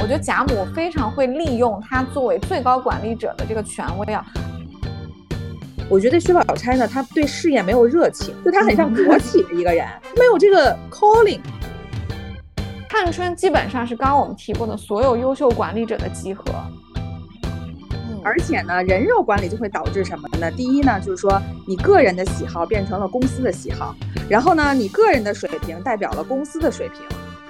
我觉得贾母非常会利用他作为最高管理者的这个权威啊。 我觉得薛宝钗呢，他对事业没有热情，就他很像国企的一个人，没有这个 calling。 探春基本上是刚刚我们提过的所有优秀管理者的集合。 而且呢，人肉管理就会导致什么呢？第一呢，就是说你个人的喜好变成了公司的喜好，然后呢，你个人的水平代表了公司的水平。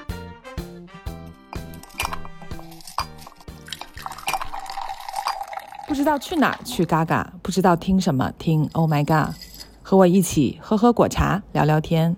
不知道去哪儿去嘎嘎，不知道听什么听 Oh my god， 和我一起喝喝果茶聊聊天。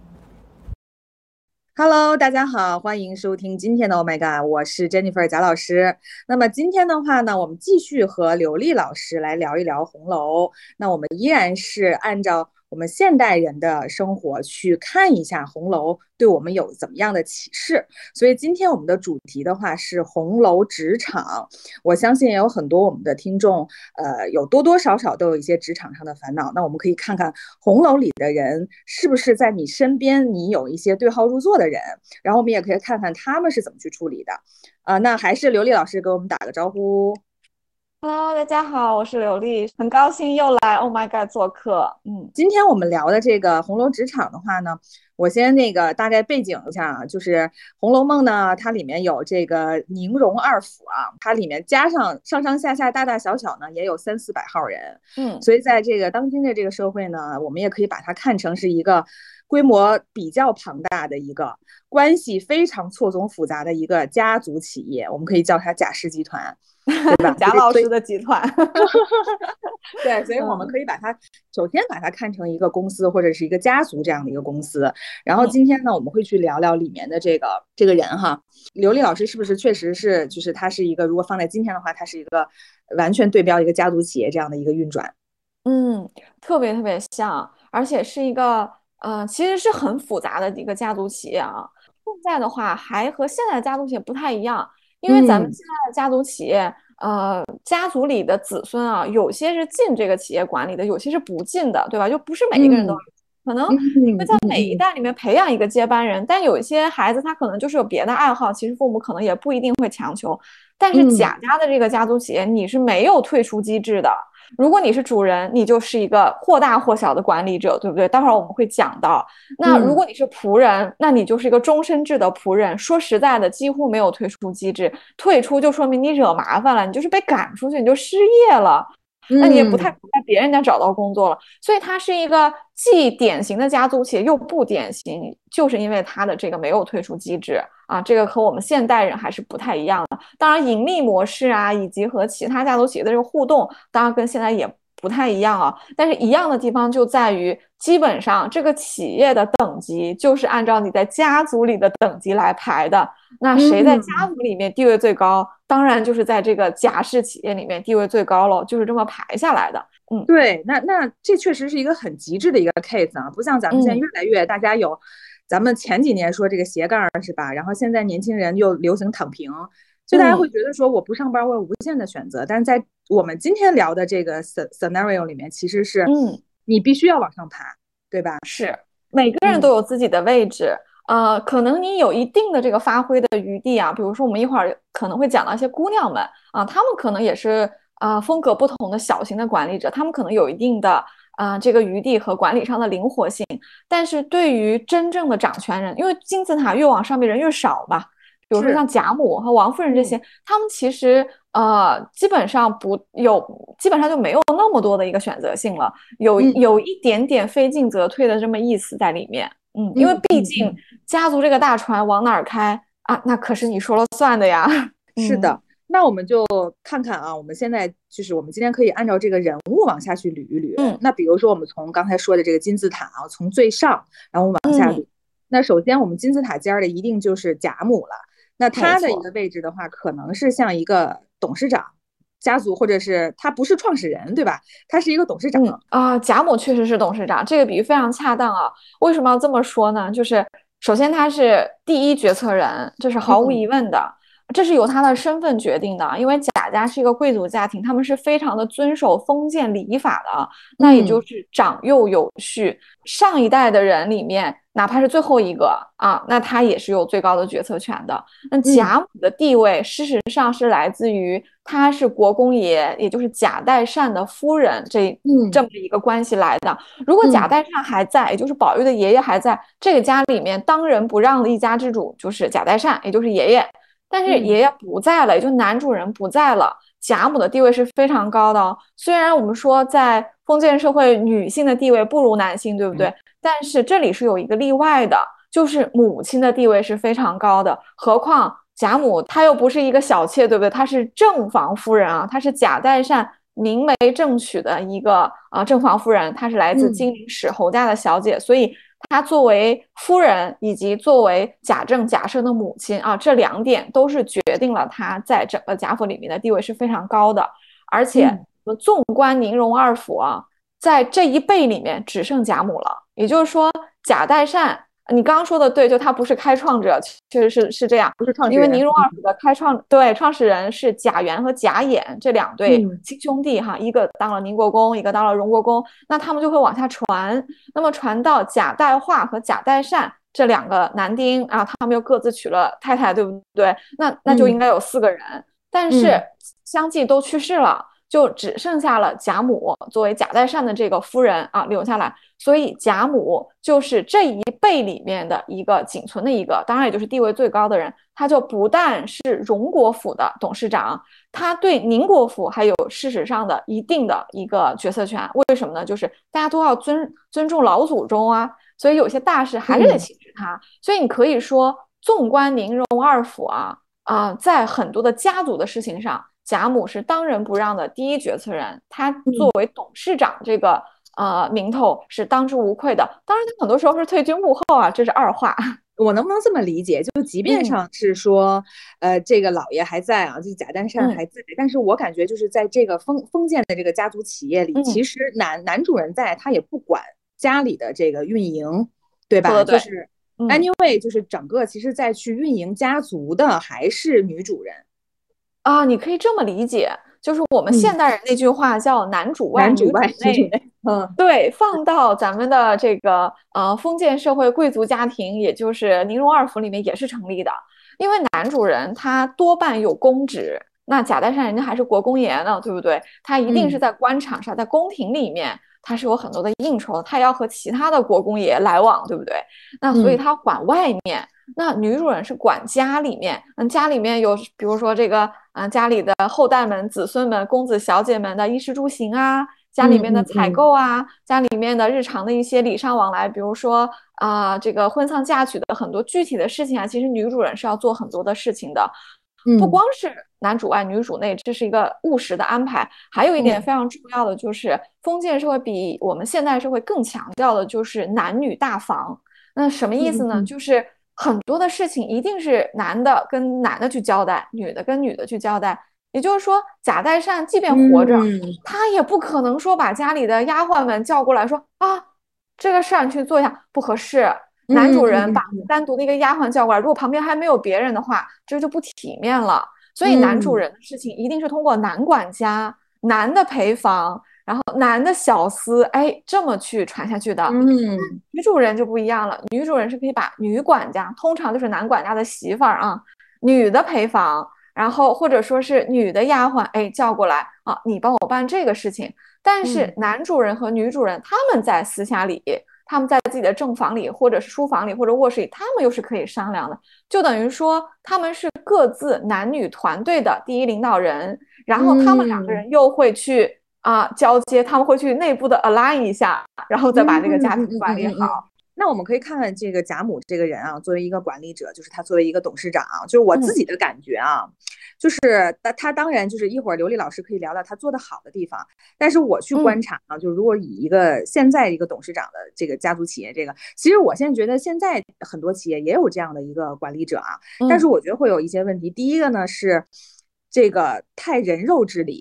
Hello， 大家好，欢迎收听今天的 Oh my god， 我是 Jennifer 贾老师。那么今天的话呢，我们继续和刘丽老师来聊一聊红楼。那我们依然是按照我们现代人的生活去看一下红楼对我们有怎么样的启示。所以今天我们的主题的话是红楼职场。我相信也有很多我们的听众有多多少少都有一些职场上的烦恼。那我们可以看看红楼里的人是不是在你身边你有一些对号入座的人，然后我们也可以看看他们是怎么去处理的。那还是刘丽老师给我们打个招呼。 Hello， 大家好，我是刘丽，很高兴又来 Oh my god 做客。 今天我们聊的这个红楼职场的话呢，我先大概背景一下啊，就是《红楼梦》呢，它里面有这个宁荣二府啊，它里面加上上上下下大大小小呢，也有300-400号人。所以在这个当今的这个社会呢，我们也可以把它看成是一个规模比较庞大的一个关系非常错综复杂的一个家族企业，我们可以叫它贾氏集团。对吧？ 贾老师的集团。 对，所以我们可以首先把它看成一个公司或者是一个家族这样的一个公司。然后今天呢，我们会去聊聊里面的这个人哈。刘丽老师是不是确实是，就是他是一个，如果放在今天的话，他是一个完全对标一个家族企业这样的一个运转。 特别特别像，而且是一个其实是很复杂的一个家族企业啊。现在的话还和现在的家族企业不太一样。因为咱们现在的家族企业，家族里的子孙啊，有些是进这个企业管理的，有些是不进的，对吧？就不是每一个人都可能会在每一代里面培养一个接班人，但有一些孩子他可能就是有别的爱好，其实父母可能也不一定会强求。但是贾家的这个家族企业，你是没有退出机制的。如果你是主人，你就是一个或大或小的管理者，对不对？待会儿我们会讲到。那如果你是仆人，那你就是一个终身制的仆人。说实在的，几乎没有退出机制，退出就说明你惹麻烦了，你就是被赶出去，你就失业了。那你也不太可能在别人家找到工作了。所以它是一个既典型的家族企业又不典型，就是因为它的这个没有退出机制啊，这个和我们现代人还是不太一样的。当然盈利模式啊，以及和其他家族企业的这个互动，当然跟现在也不太一样啊。但是一样的地方就在于，基本上这个企业的等级就是按照你在家族里的等级来排的。那谁在家族里面地位最高，当然就是在这个贾氏企业里面地位最高了，就是这么排下来的。 对，那这确实是一个很极致的一个 case 啊，不像咱们现在越来越大家有，咱们前几年说这个斜杠是吧？然后现在年轻人又流行躺平，所以大家会觉得说我不上班，我有无限的选择。但是在我们今天聊的这个 scenario 里面，其实是你必须要往上爬，对吧？ 是，每个人都有自己的位置。可能你有一定的这个发挥的余地啊，比如说我们一会儿可能会讲到一些姑娘们啊，她们可能也是风格不同的小型的管理者，她们可能有一定的这个余地和管理上的灵活性。但是对于真正的掌权人，因为金字塔越往上面人越少嘛，比如说像贾母和王夫人这些，他们其实基本上就没有那么多的一个选择性了，有一点点非进则退的这么意思在里面。因为毕竟家族这个大船往哪儿开啊，那可是你说了算的呀。 是的，那我们就看看啊，我们现在就是我们今天可以按照这个人物往下去捋一捋。那比如说我们从刚才说的这个金字塔啊，从最上然后往下捋。那首先我们金字塔尖的一定就是贾母了。那他的一个位置的话，可能是像一个董事长。家族或者是他不是创始人，对吧？他是一个董事长贾母确实是董事长，这个比喻非常恰当啊。为什么要这么说呢？就是首先他是第一决策人，这是毫无疑问的。 这是由他的身份决定的，因为贾家是一个贵族家庭，他们是非常的遵守封建礼法的，那也就是长幼有序。上一代的人里面，哪怕是最后一个啊，那他也是有最高的决策权的。那贾母的地位，事实上是来自于他是国公爷，也就是贾代善的夫人这么一个关系来的。如果贾代善还在，也就是宝玉的爷爷还在，这个家里面当仁不让的一家之主就是贾代善，也就是爷爷。但是爷爷不在了，也就男主人不在了，贾母的地位是非常高的哦。虽然我们说在封建社会女性的地位不如男性，对不对？但是这里是有一个例外的，就是母亲的地位是非常高的。何况贾母她又不是一个小妾，对不对？她是正房夫人啊，她是贾代善明媒正娶的一个正房夫人，她是来自金陵史侯家的小姐，所以她作为夫人以及作为贾政贾赦的母亲啊，这2点都是决定了她在整个贾府里面的地位是非常高的。而且纵观宁荣二府啊，在这一辈里面只剩贾母了，也就是说贾代善，你刚刚说的对，就他不是开创者，确实是这样， 不是创始人， 因为宁荣二府的创始人是贾源和贾琰这2对亲兄弟哈，一个当了宁国公，一个当了荣国公，那他们就会往下传，那么传到贾代化和贾代善这2个男丁啊，他们又各自娶了太太，对不对？那就应该有4个人，但是相继都去世了。就只剩下了贾母作为贾代善的这个夫人啊留下来，所以贾母就是这一辈里面的一个仅存的一个，当然也就是地位最高的人。他就不但是荣国府的董事长，他对宁国府还有事实上的一定的一个决策权。为什么呢？就是大家都要尊重老祖宗啊，所以有些大事还是得请示他。所以你可以说，纵观宁荣二府在很多的家族的事情上，贾母是当仁不让的第一决策人，她作为董事长这个名头是当之无愧的。当然，她很多时候是退居幕后啊，这是二话。 我能不能这么理解？就即便上是说，这个老爷还在啊，这贾代善还在，但是我感觉就是在这个封建的这个家族企业里，其实男主人在，他也不管家里的这个运营，对吧？ 对就是 anyway，就是整个其实在去运营家族的还是女主人。 啊，你可以这么理解，就是我们现代人那句话叫男主外女主内。对，放到咱们的这个封建社会贵族家庭，也就是宁荣二府里面也是成立的。因为男主人他多半有公职，那贾代善人家还是国公爷呢，对不对？他一定是在官场上，在宫廷里面，他是有很多的应酬，他要和其他的国公爷来往，对不对？那所以他管外面。那女主人是管家里面，家里面有比如说这个家里的后代们、子孙们、公子小姐们的衣食住行啊，家里面的采购啊，家里面的日常的一些礼尚往来，比如说这个婚丧嫁娶的很多具体的事情啊，其实女主人是要做很多的事情的。不光是男主外女主内，这是一个务实的安排。还有一点非常重要的就是，封建社会比我们现代社会更强调的就是男女大防。那什么意思呢？就是很多的事情一定是男的跟男的去交代，女的跟女的去交代。也就是说，贾代善即便活着，他也不可能说把家里的丫鬟们叫过来说这个事儿你去做一下，不合适。男主人把单独的一个丫鬟叫过来，如果旁边还没有别人的话，这就不体面了。所以男主人的事情一定是通过男管家、男的陪房，然后男的小厮，这么去传下去的。女主人就不一样了，女主人是可以把女管家，通常就是男管家的媳妇儿啊，女的陪房，然后或者说是女的丫鬟，叫过来啊，你帮我办这个事情。但是男主人和女主人他们在私下里，他们在自己的正房里，或者是书房里，或者卧室里，他们又是可以商量的。就等于说他们是各自男女团队的第一领导人，然后他们2个人又会去交接，他们会去内部的 align 一下，然后再把这个家庭管理好。 那我们可以看看这个贾母这个人啊，作为一个管理者，就是他作为一个董事长就是我自己的感觉就是他当然就是一会儿刘丽老师可以聊聊他做的好的地方，但是我去观察就如果以一个现在一个董事长的这个家族企业，其实我现在觉得现在很多企业也有这样的一个管理者但是我觉得会有一些问题。第一个呢是这个太人肉之理。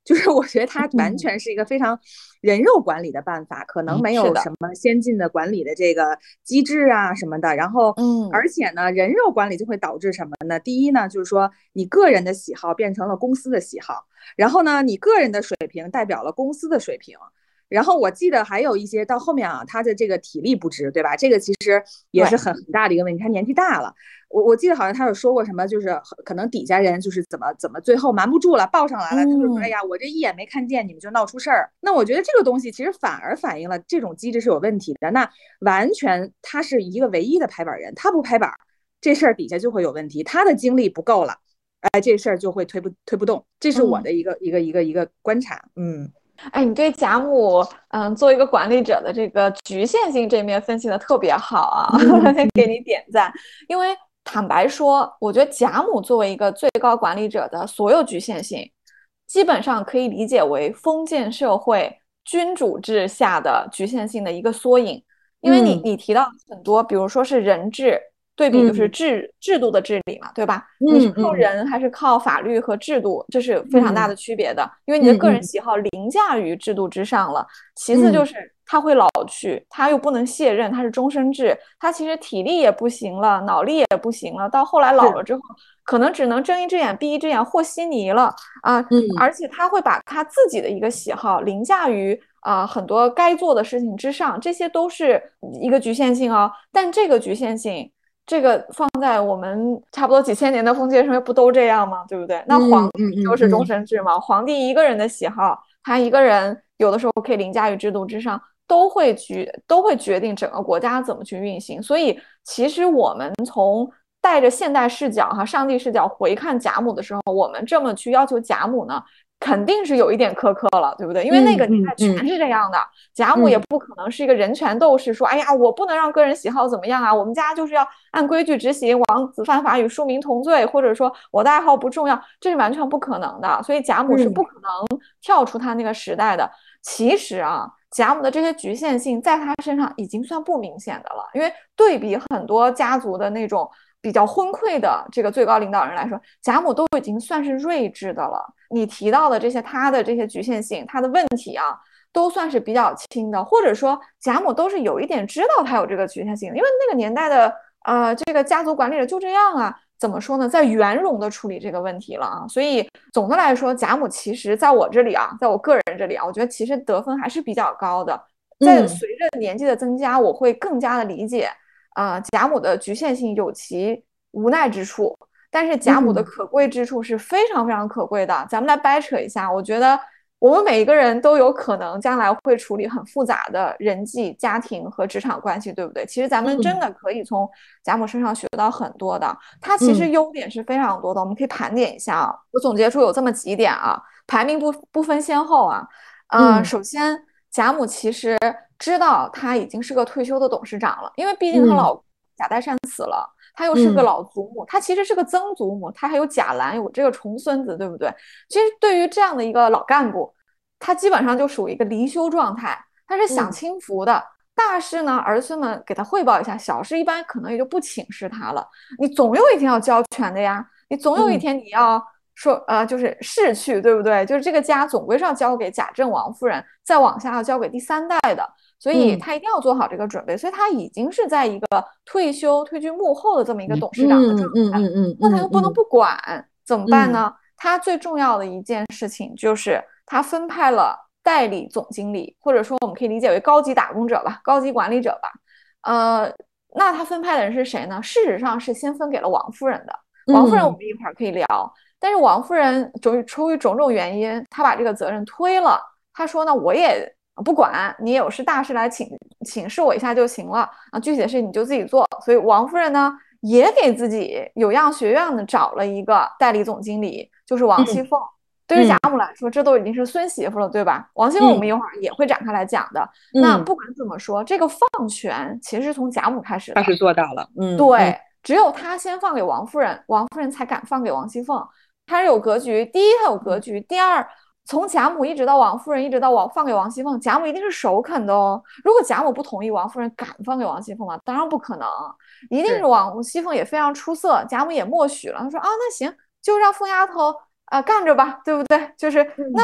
就是我觉得它完全是一个非常人肉管理的办法，可能没有什么先进的管理的这个机制啊什么的。然后，而且呢，人肉管理就会导致什么呢？第一呢，就是说你个人的喜好变成了公司的喜好，然后呢，你个人的水平代表了公司的水平。然后我记得还有一些到后面啊，他的这个体力不支，对吧？这个其实也是很大的一个问题。他年纪大了，我记得好像他有说过什么，就是可能底下人就是怎么最后瞒不住了，报上来了，他就说哎呀，我这一眼没看见，你们就闹出事儿。那我觉得这个东西其实反而反映了这种机制是有问题的。那完全他是一个唯一的拍板人，他不拍板，这事儿底下就会有问题，他的精力不够了，哎，这事儿就会推不动。这是我的一个观察， 哎，你对贾母，做一个管理者的这个局限性这面分析的特别好啊，给你点赞。因为坦白说，我觉得贾母作为一个最高管理者的所有局限性，基本上可以理解为封建社会君主制下的局限性的一个缩影。因为你提到很多，比如说是人治。对比就是制度的治理嘛，对吧？你是靠人还是靠法律和制度，这是非常大的区别的。因为你的个人喜好凌驾于制度之上了。其次就是他会老去，他又不能卸任，他是终身制，他其实体力也不行了，脑力也不行了，到后来老了之后，可能只能睁一只眼闭一只眼，和稀泥了啊。而且他会把他自己的一个喜好凌驾于很多该做的事情之上，这些都是一个局限性哦。但这个局限性。这个放在我们差不多几千年的封建社会不都这样吗？对不对？那皇帝就是终身制嘛，皇帝一个人的喜好，他一个人有的时候可以凌驾于制度之上，都会决定整个国家怎么去运行。所以其实我们从带着现代视角上帝视角回看贾母的时候，我们这么去要求贾母呢，肯定是有一点苛刻了，对不对？因为那个年代全是这样的，贾母也不可能是一个人权斗士，说哎呀，我不能让个人喜好怎么样啊，我们家就是要按规矩执行，王子犯法与庶民同罪，或者说我的爱好不重要，这是完全不可能的。所以贾母是不可能跳出他那个时代的。其实贾母的这些局限性在他身上已经算不明显的了，因为对比很多家族的那种比较昏聩的这个最高领导人来说，贾母都已经算是睿智的了。你提到的这些他的这些局限性，他的问题都算是比较轻的，或者说贾母都是有一点知道他有这个局限性，因为那个年代的这个家族管理者就这样怎么说呢，在圆融的处理这个问题了所以总的来说，贾母其实在我这里在我个人这里我觉得其实得分还是比较高的。在随着年纪的增加，我会更加的理解贾母的局限性有其无奈之处，但是贾母的可贵之处是非常非常可贵的。咱们来掰扯一下，我觉得我们每一个人都有可能将来会处理很复杂的人际、家庭和职场关系，对不对？其实咱们真的可以从贾母身上学到很多的。她其实优点是非常多的，我们可以盘点一下我总结出有这么几点排名不分先后首先，贾母其实知道她已经是个退休的董事长了，因为毕竟她老公贾代善死了。她又是个老祖母，她其实是个曾祖母，她还有贾兰，有这个重孙子，对不对？其实对于这样的一个老干部，他基本上就属于一个离休状态，他是享清福的。大事呢，儿孙们给他汇报一下；小事一般可能也就不请示他了。你总有一天要交权的呀，你总有一天你要说就是逝去，对不对？就是这个家总归是要交给贾政、王夫人，再往下要交给第三代的。所以他一定要做好这个准备，所以他已经是在一个退居幕后的这么一个董事长的状态，那他又不能不管，怎么办呢？他最重要的一件事情就是他分派了代理总经理，或者说我们可以理解为高级打工者吧，高级管理者吧。那他分派的人是谁呢？事实上是先分给了王夫人的。王夫人我们一会儿可以聊，但是王夫人出于种种原因，她把这个责任推了。她说呢，我也不管，你有事大事来请示我一下就行了具体的事你就自己做。所以王夫人呢也给自己有样学样的找了一个代理总经理，就是王熙凤。对于贾母来说，这都已经是孙媳妇了，对吧？王熙凤我们一会儿也会展开来讲的。那不管怎么说，这个放权其实是从贾母开始的， 开始做到了。 对，只有他先放给王夫人，王夫人才敢放给王熙凤。他是有格局，第一他有格局，第二从贾母一直到王夫人，一直到放给王熙凤，贾母一定是首肯的哦。如果贾母不同意，王夫人敢放给王熙凤吗？当然不可能，一定是王熙凤也非常出色，贾母也默许了。她说那行，就让凤丫头干着吧，对不对？就是那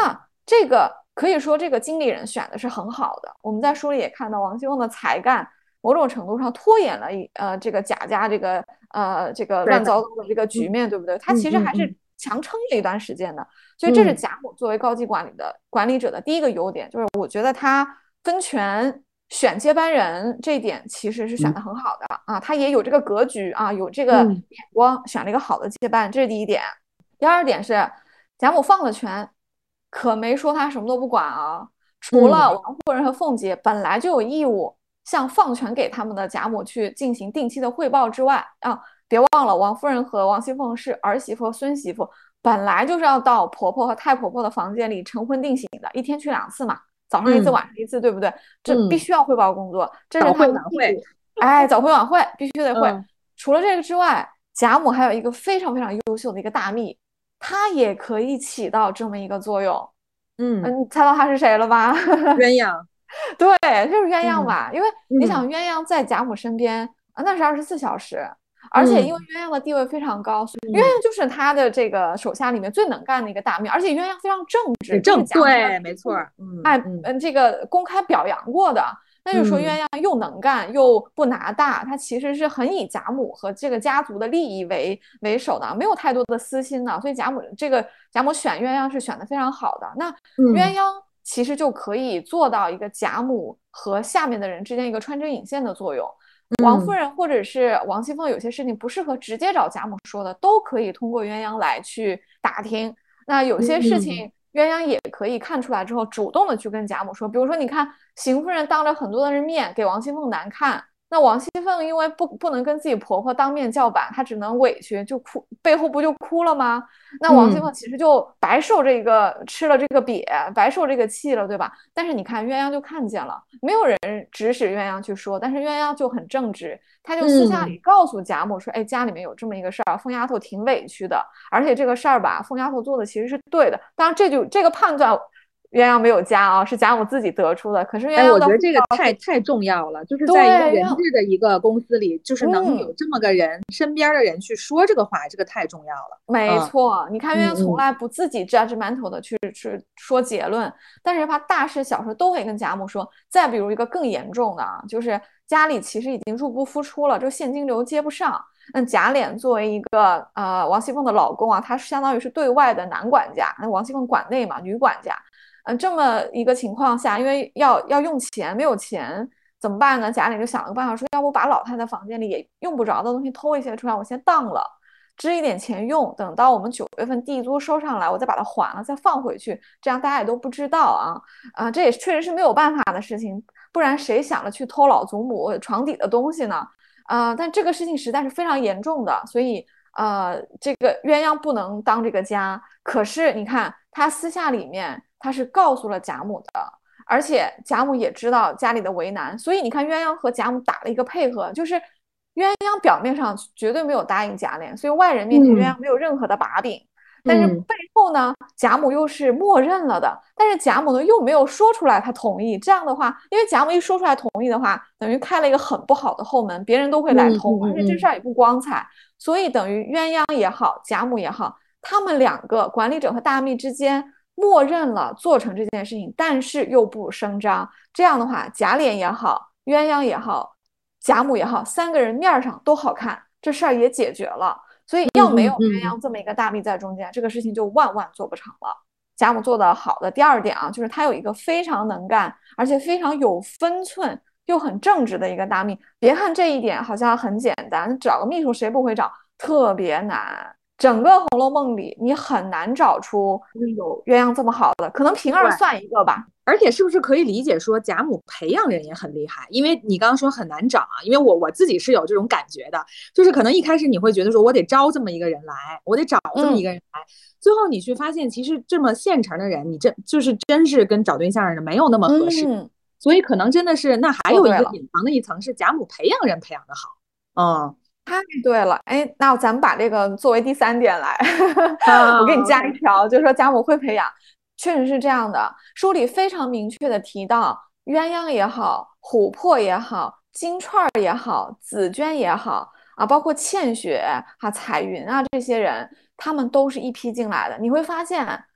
这个可以说这个经理人选的是很好的。我们在书里也看到王熙凤的才干，某种程度上拖延了这个贾家这个乱糟糟的这个局面，对不对？他其实还是强撑了一段时间的。所以这是贾母作为高级管理者的第一个优点，就是我觉得他分权选接班人这一点其实是选的很好的啊，他也有这个格局啊，有这个眼光，选了一个好的接班，这是第一点。第二点是贾母放了权，可没说他什么都不管啊。除了王夫人和凤姐本来就有义务向放权给他们的贾母去进行定期的汇报之外啊，别忘了王夫人和王熙凤是儿媳妇和孙媳妇，本来就是要到婆婆和太婆婆的房间里晨昏定省的，一天去2次嘛，早上一次，晚上一次，对不对？这必须要汇报工作，这是他们的义务。哎，早会晚会必须得会。除了这个之外，贾母还有一个非常非常优秀的一个大秘，她也可以起到这么一个作用。你猜到她是谁了吧？ 鸳鸯。 对，就是鸳鸯吧。因为你想，鸳鸯在贾母身边那是24小时。而且因为鸳鸯的地位非常高，鸳鸯就是他的这个手下里面最能干的一个大秘，而且鸳鸯非常正直， 对，没错。 这个公开表扬过的，那就说鸳鸯又能干又不拿大，他其实是很以贾母和这个家族的利益为首的，没有太多的私心的，所以贾母选鸳鸯是选的非常好的。那鸳鸯其实就可以做到一个贾母和下面的人之间一个穿针引线的作用。王夫人或者是王熙凤有些事情不适合直接找贾母说的，都可以通过鸳鸯来去打听。那有些事情鸳鸯也可以看出来之后主动的去跟贾母说，比如说你看邢夫人当着很多的人面给王熙凤难看，那王熙凤因为不能跟自己婆婆当面叫板，她只能委屈就哭，背后不就哭了吗？那王熙凤其实就白受吃了这个瘪，白受这个气了，对吧？但是你看鸳鸯就看见了，没有人指使鸳鸯去说，但是鸳鸯就很正直，她就私下里告诉贾母说，哎，家里面有这么一个事儿，凤丫头挺委屈的，而且这个事儿吧，凤丫头做的其实是对的。当然这个判断鸳鸯没有加啊，是贾母自己得出的。可是鸳鸯我觉得这个太重要了，就是在一个人质的一个公司里，就是能有这么个人，身边的人去说这个话，这个太重要了。 没错，你看鸳鸯从来不自己 judgmental 的去说结论，但是他大事小事都会跟贾母说。再比如一个更严重的啊，就是家里其实已经入不敷出了，这现金流接不上。贾琏作为一个王熙凤的老公啊，他相当于是对外的男管家，那王熙凤管内嘛，女管家。这么一个情况下，因为要用钱，没有钱怎么办呢？贾琏就想了个办法，说要不把老太太房间里也用不着的东西偷一些出来，我先当了，支一点钱用，等到我们9月份地租收上来，我再把它还了，再放回去，这样大家也都不知道啊。这也确实是没有办法的事情，不然谁想着去偷老祖母床底的东西呢？但这个事情实在是非常严重的，所以这个鸳鸯不能当这个家。可是你看他私下里面他是告诉了贾母的，而且贾母也知道家里的为难，所以你看鸳鸯和贾母打了一个配合，就是鸳鸯表面上绝对没有答应贾琏，所以外人面前鸳鸯没有任何的把柄。但是背后呢，贾母又是默认了的，但是贾母呢又没有说出来她同意。这样的话，因为贾母一说出来同意的话，等于开了一个很不好的后门，别人都会来偷，而且这事儿也不光彩。所以等于鸳鸯也好，贾母也好，他们2个管理者和大秘之间默认了做成这件事情，但是又不声张。这样的话，贾琏也好，鸳鸯也好，贾母也好，3个人面上都好看，这事儿也解决了。所以要没有鸳鸯这么一个大秘在中间，这个事情就万万做不成了。贾母做的好的第2点啊，就是她有一个非常能干，而且非常有分寸又很正直的一个大秘。别看这一点好像很简单，找个秘书谁不会找，特别难。整个《红楼梦》里，你很难找出有鸳鸯这么好的，可能平儿算一个吧。 而且是不是可以理解说贾母培养人也很厉害？因为你刚刚说很难找啊，因为我自己是有这种感觉的，就是可能一开始你会觉得说我得招这么一个人来，我得找这么一个人来，最后你去发现其实这么现成的人，你真是跟找对象的没有那么合适，所以可能真的是那还有一个隐藏的一层是贾母培养人培养的好。 太对了，哎，那咱们把这个作为第3点来，我给你加一条，就是说贾母会培养。确实是这样的，书里非常明确的提到，鸳鸯也好，琥珀也好，金钏也好，紫娟也好包括茜雪彩云这些人，他们都是一批进来的。你会发现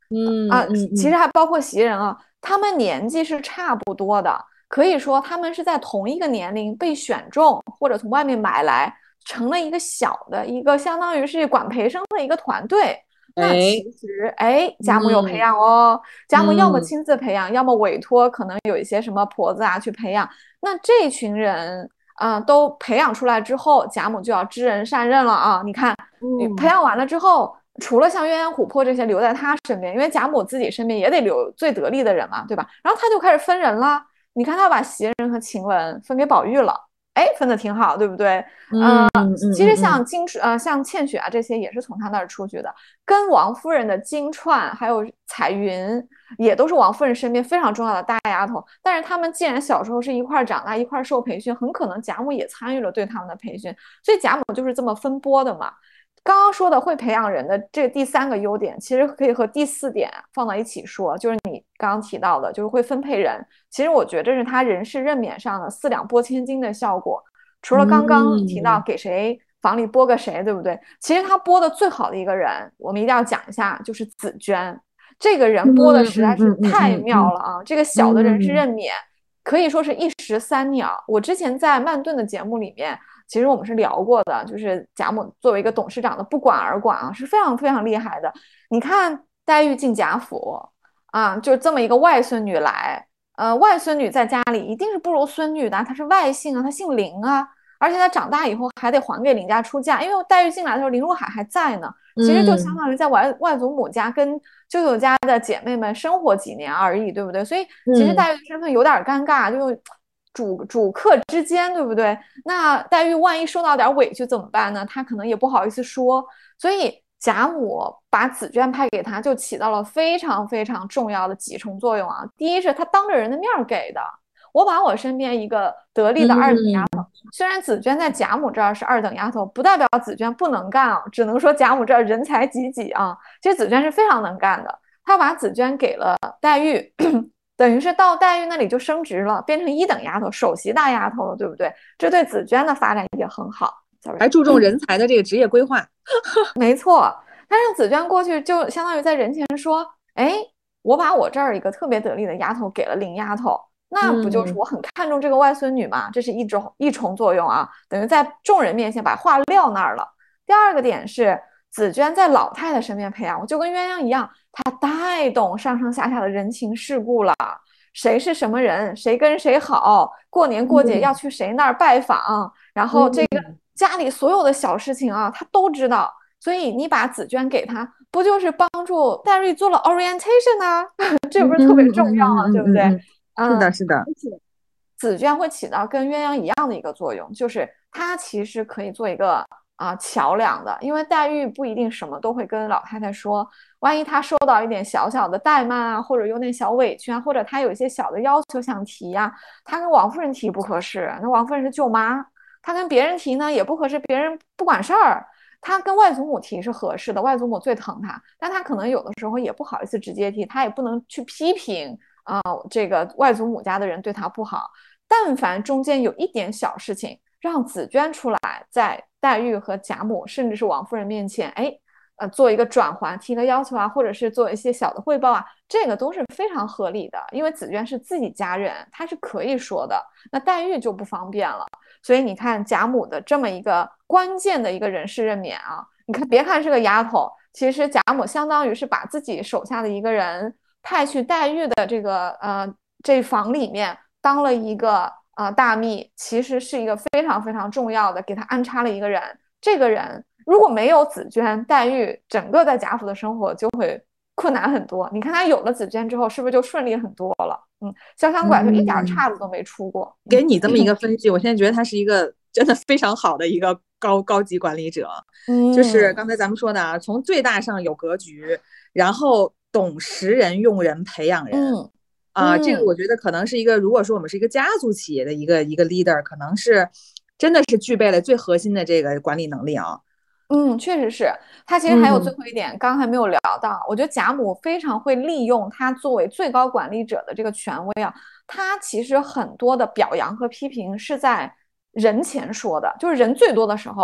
其实还包括袭人啊，他们年纪是差不多的，可以说他们是在同一个年龄被选中，或者从外面买来，成了一个小的一个相当于是管培生的一个团队。那其实，贾母有培养哦，贾母要么亲自培养，要么委托可能有一些什么婆子啊去培养。那这一群人，都培养出来之后，贾母就要知人善任了啊。你看，培养完了之后，除了像鸳鸯、琥珀这些留在他身边，因为贾母自己身边也得留最得力的人嘛，对吧？然后他就开始分人了。你看他把袭人和晴雯分给宝玉了，分的挺好，对不对？其实像像倩雪啊这些也是从他那儿出去的，跟王夫人的金钏还有彩云也都是王夫人身边非常重要的大丫头。但是他们既然小时候是一块长大一块受培训，很可能贾母也参与了对他们的培训，所以贾母就是这么分拨的嘛。刚刚说的会培养人的这第3个优点，其实可以和第4点放到一起说，就是你刚刚提到的，就是会分配人。其实我觉得这是他人事任免上的4两拨千斤的效果。除了刚刚提到给谁房里拨个谁，对不对？其实他拨的最好的一个人，我们一定要讲一下，就是紫娟。这个人拨的实在是太妙了啊！这个小的人事任免可以说是一石三鸟。我之前在曼顿的节目里面，其实我们是聊过的，就是贾母作为一个董事长的不管而管啊，是非常非常厉害的。你看黛玉进贾府啊，就这么一个外孙女来，外孙女在家里一定是不如孙女的，她是外姓啊，她姓林啊，而且她长大以后还得还给林家出嫁，因为黛玉进来的时候林如海还在呢，其实就相当于在外祖母家跟舅舅家的姐妹们生活几年而已，对不对？所以其实黛玉的身份有点尴尬，就主客之间，对不对？那黛玉万一受到点委屈怎么办呢？她可能也不好意思说，所以贾母把紫娟派给她，就起到了非常非常重要的几重作用啊。第一是她当着人的面给的，我把我身边一个得力的2等丫头，虽然紫娟在贾母这儿是2等丫头，不代表紫娟不能干啊，只能说贾母这儿人才济济啊。其实紫娟是非常能干的，她把紫娟给了黛玉。等于是到黛玉那里就升职了，变成1等丫头，首席大丫头了，对不对？这对紫娟的发展也很好， 还注重人才的这个职业规划。 没错，他让紫娟过去，就相当于在人前说：“我把我这儿一个特别得力的丫头给了林丫头，那不就是我很看重这个外孙女嘛？这是一重作用啊，等于在众人面前把话撂那儿了。第2个点是，紫娟在老太太身边培养，就跟鸳鸯一样，她太懂上上下下的人情世故了。谁是什么人，谁跟谁好，过年过节要去谁那儿拜访，然后这个家里所有的小事情啊，她都知道。所以你把紫娟给她，不就是帮助黛玉做了 orientation 啊？这不是特别重要啊，对不对？ 是的，是的。 紫娟会起到跟鸳鸯一样的一个作用，就是她其实可以做一个桥梁的，因为黛玉不一定什么都会跟老太太说，万一她受到一点小小的怠慢啊，或者有点小委屈啊，或者她有一些小的要求想提啊，她跟王夫人提不合适，那王夫人是舅妈，她跟别人提呢也不合适，别人不管事儿。她跟外祖母提是合适的，外祖母最疼她，但她可能有的时候也不好意思直接提，她也不能去批评这个外祖母家的人对她不好。但凡中间有一点小事情，让紫娟出来，在黛玉和贾母甚至是王夫人面前，做一个转环，提个要求啊，或者是做一些小的汇报啊，这个都是非常合理的，因为紫娟是自己家人，她是可以说的。那黛玉就不方便了。所以你看贾母的这么一个关键的一个人事任免啊，你看别看是个丫头，其实贾母相当于是把自己手下的一个人派去黛玉的这房里面当了一个大秘，其实是一个非常非常重要的，给他安插了一个人。这个人如果没有紫娟，黛玉整个在贾府的生活就会困难很多。你看他有了紫娟之后，是不是就顺利很多了？潇湘馆就一点岔子都没出过。 给你这么一个分析，我现在觉得他是一个真的非常好的一个高级管理者。就是刚才咱们说的啊，从最大上有格局，然后懂识人、用人、培养人。这个我觉得可能是一个，如果说我们是一个家族企业的一个 leader， 可能是真的是具备了最核心的这个管理能力啊。 确实是。他其实还有最后一点，刚刚还没有聊到，我觉得贾母非常会利用他作为最高管理者的这个权威啊，他其实很多的表扬和批评是在人前说的，就是人最多的时候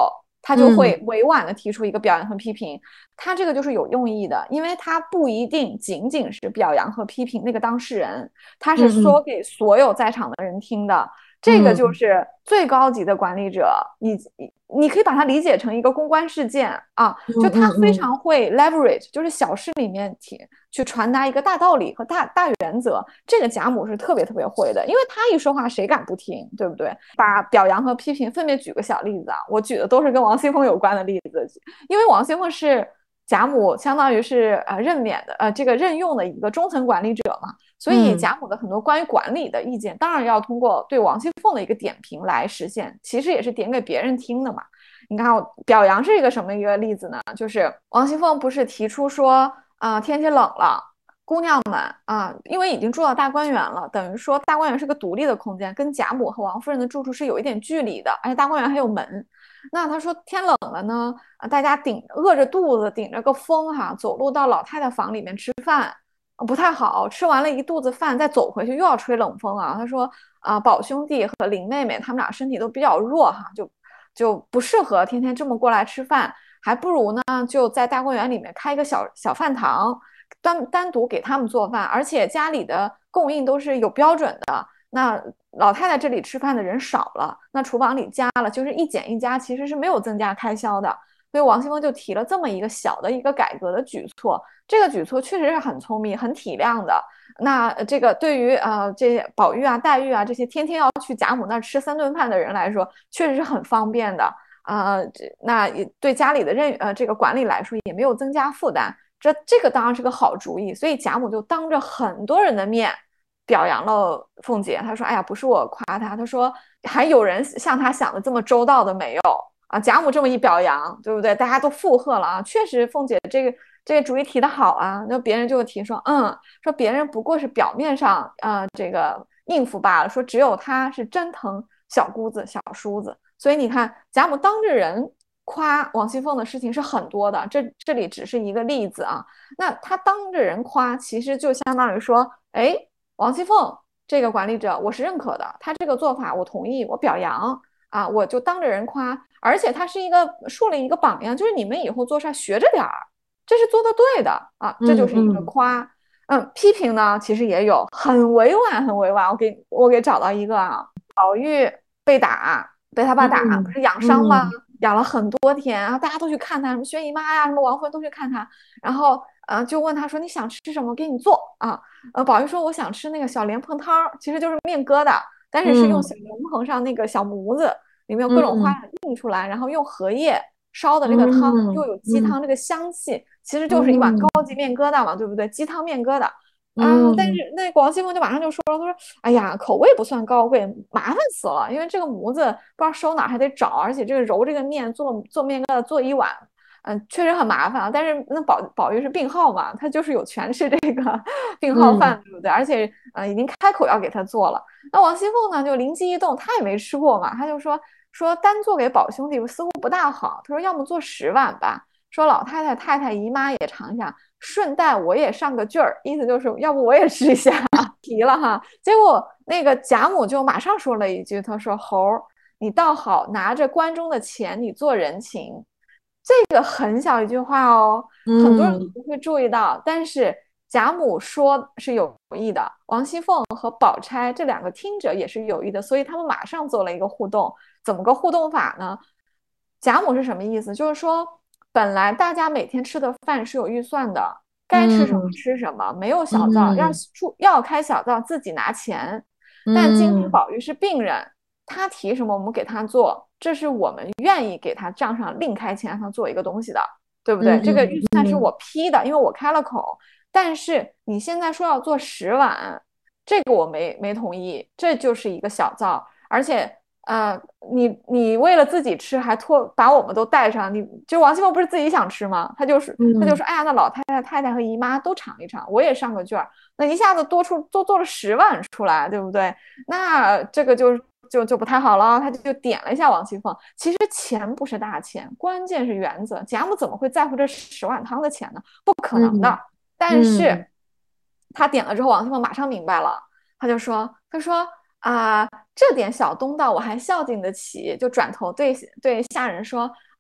他就会委婉的提出一个表扬和批评。他这个就是有用意的，因为他不一定仅仅是表扬和批评那个当事人，他是说给所有在场的人听的。这个就是最高级的管理者，你可以把它理解成一个公关事件啊，就他非常会 leverage，就是小事里面去传达一个大道理和大原则。这个贾母是特别特别会的，因为他一说话谁敢不听，对不对？把表扬和批评分别举个小例子啊，我举的都是跟王熙凤有关的例子，因为王熙凤是贾母相当于是任免的这个任用的一个中层管理者嘛，所以贾母的很多关于管理的意见，当然要通过对王熙凤的一个点评来实现，其实也是点给别人听的嘛。你看表扬是一个什么一个例子呢？就是王熙凤不是提出说天气冷了，姑娘们因为已经住到大观园了，等于说大观园是个独立的空间，跟贾母和王夫人的住处是有一点距离的，而且大观园还有门。那他说天冷了呢，大家饿着肚子，顶着个风走路到老太太房里面吃饭，不太好，吃完了一肚子饭再走回去又要吹冷风啊。他说宝兄弟和林妹妹他们俩身体都比较弱就不适合天天这么过来吃饭，还不如呢就在大观园里面开一个小饭堂，单独给他们做饭，而且家里的供应都是有标准的。那老太太这里吃饭的人少了，那厨房里加了，就是一减一加，其实是没有增加开销的。所以王熙凤就提了这么一个小的一个改革的举措，这个举措确实是很聪明、很体谅的。那这个对于这些宝玉黛玉这些天天要去贾母那儿吃3顿饭的人来说，确实是很方便的那也对家里的这个管理来说也没有增加负担，这个当然是个好主意。所以贾母就当着很多人的面表扬了凤姐，她说：“哎呀，不是我夸她，她说还有人像她想的这么周到的没有贾母这么一表扬，对不对？大家都附和了确实凤姐这个主意提的好那别人就提说，说别人不过是表面上这个应付罢了，说只有她是真疼小姑子小叔子。所以你看，贾母当着人夸王熙凤的事情是很多的，这里只是一个例子那她当着人夸，其实就相当于说，哎。王熙凤这个管理者我是认可的，他这个做法我同意，我表扬我就当着人夸，而且他是树立一个榜样，就是你们以后做事学着点儿，这是做的对的这就是一个夸。批评呢其实也有很委婉很委婉，我给找到一个宝玉被打，被他爸打不是养伤吗？养了很多天，然后大家都去看他，什么薛姨妈什么王夫人都去看他，然后就问他说你想吃什么，给你做宝玉说我想吃那个小莲蓬汤，其实就是面疙瘩，但是是用小莲蓬上那个小模子，里面有各种花样印出来，然后用荷叶烧的这个汤又有鸡汤这个香气，其实就是一碗高级面疙瘩嘛，对不对？鸡汤面疙瘩但是那王熙凤就马上就说了，他说哎呀口味不算高贵，麻烦死了，因为这个模子不知道收哪还得找，而且这个揉这个面做面疙瘩做一碗确实很麻烦但是那宝玉是病号嘛，他就是有权吃这个病号饭，对不对？而且已经开口要给他做了。那王熙凤呢，就灵机一动，他也没吃过嘛，他就说单做给宝兄弟似乎不大好，他说要么做10碗吧，说老太太、太太、姨妈也尝一下，顺带我也上个劲儿，意思就是要不我也吃一下，提了结果那个贾母就马上说了一句，他说猴儿，你倒好，拿着关中的钱，你做人情。这个很小一句话很多人都不会注意到，但是贾母说是有意的，王熙凤和宝钗这2个听者也是有意的，所以他们马上做了一个互动。怎么个互动法呢？贾母是什么意思？就是说本来大家每天吃的饭是有预算的，该吃什么吃什么，没有小灶，要开小灶自己拿钱。但今天宝玉是病人，他提什么我们给他做，这是我们愿意给他账上另开钱让他做一个东西的，对不对？这个预算是我批的，因为我开了口。但是你现在说要做10碗，这个我没同意，这就是一个小灶，而且你为了自己吃还把我们都带上，就王熙凤不是自己想吃吗？他就说哎呀，那老太太、太太和姨妈都尝一尝，我也上个券，那一下子多做了10碗出来，对不对？那这个就不太好了，他就点了一下王熙凤。其实钱不是大钱，关键是原则。贾母怎么会在乎这10碗汤的钱呢？不可能的。但是他点了之后，王熙凤马上明白了，他说这点小东道我还孝敬得起，就转头对下人说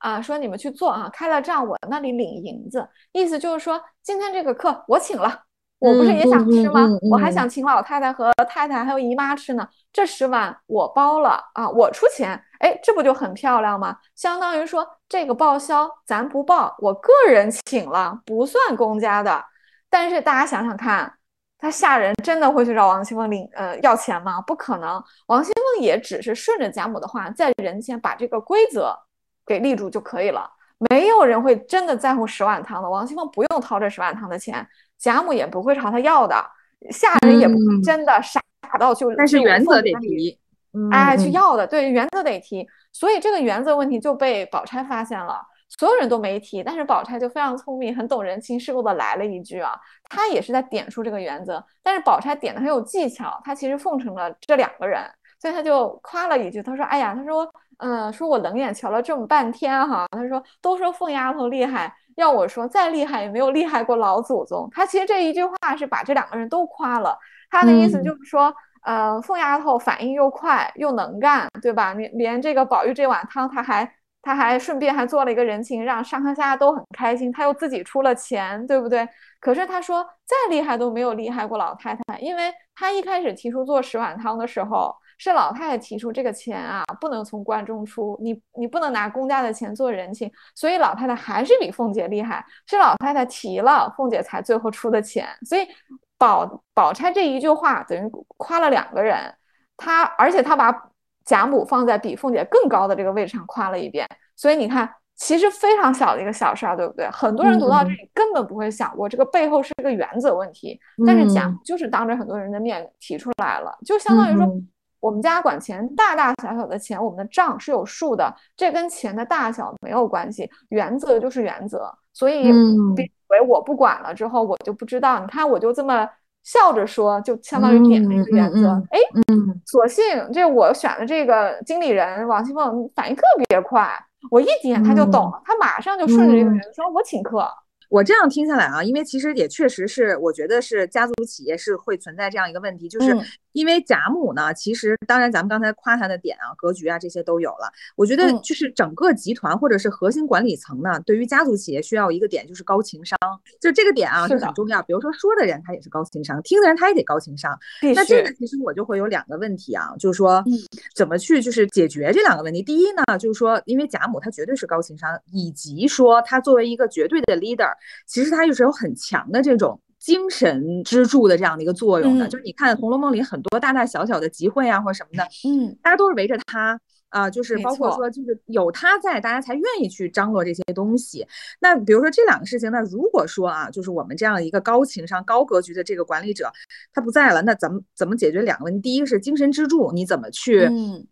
说你们去做啊，开了账我那里领银子，意思就是说今天这个课我请了。我不是也想吃吗？我还想请老太太和太太还有姨妈吃呢。这10碗我包了啊，我出钱，哎，这不就很漂亮吗？相当于说这个报销咱不报，我个人请了，不算公家的。但是大家想想看，他下人真的会去找王熙凤要钱吗？不可能。王熙凤也只是顺着贾母的话，在人前把这个规则给立住就可以了。没有人会真的在乎10碗汤的，王熙凤不用掏这10碗汤的钱，贾母也不会朝他要的，下人也不会真的傻到去， 但是原则得提， 去要的，对，原则得提。所以这个原则问题就被宝钗发现了，所有人都没提，但是宝钗就非常聪明，很懂人情世故的来了一句啊，她也是在点出这个原则，但是宝钗点的很有技巧，她其实奉承了这2个人，所以她就夸了一句，她说：“哎呀，她说，说我冷眼瞧了这么半天哈，她说都说凤丫头厉害。”要我说，再厉害也没有厉害过老祖宗。他其实这一句话是把这2个人都夸了。他的意思就是说，凤丫头反应又快又能干，对吧？你连这个宝玉这碗汤，他还顺便还做了一个人情，让上上下下都很开心。他又自己出了钱，对不对？可是他说，再厉害都没有厉害过老太太，因为他一开始提出做10碗汤的时候。是老太太提出这个钱啊，不能从关中出，你不能拿公家的钱做人情，所以老太太还是比凤姐厉害，是老太太提了，凤姐才最后出的钱。所以宝钗这一句话等于夸了2个人，而且她把贾母放在比凤姐更高的这个位置上夸了一遍。所以你看，其实非常小的一个小事儿，对不对？很多人读到这里根本不会想过这个背后是个原则问题，但是贾母就是当着很多人的面提出来了，就相当于说。我们家管钱，大大小小的钱，我们的账是有数的，这跟钱的大小没有关系，原则就是原则。所以，别以为我不管了之后，我就不知道。你看，我就这么笑着说，就相当于点了一个原则。哎，所幸这我选的这个经理人王熙凤反应特别快，我一点他就懂了，他马上就顺着这个原则说：“我请客。” 我这样听下来啊，因为其实也确实是，我觉得是家族企业是会存在这样一个问题，就是因为贾母呢，其实当然咱们刚才夸她的点啊、格局啊这些都有了，我觉得就是整个集团或者是核心管理层呢，对于家族企业需要一个点就是高情商，就这个点啊是很重要。比如说说的人他也是高情商，听的人他也得高情商。那这个其实我就会有2个问题啊，就是说怎么去就是解决这2个问题。第一呢，就是说因为贾母她绝对是高情商，以及说她作为一个绝对的 leader。其实它就是有很强的这种精神支柱的这样的一个作用的，就是你看《红楼梦》里很多大大小小的集会啊或者什么的，大家都是围着他就是包括说就是有他在，大家才愿意去张罗这些东西。那比如说这2个事情，那如果说就是我们这样一个高情商、高格局的这个管理者他不在了，那怎么解决2个问题？第一个是精神支柱，你怎么去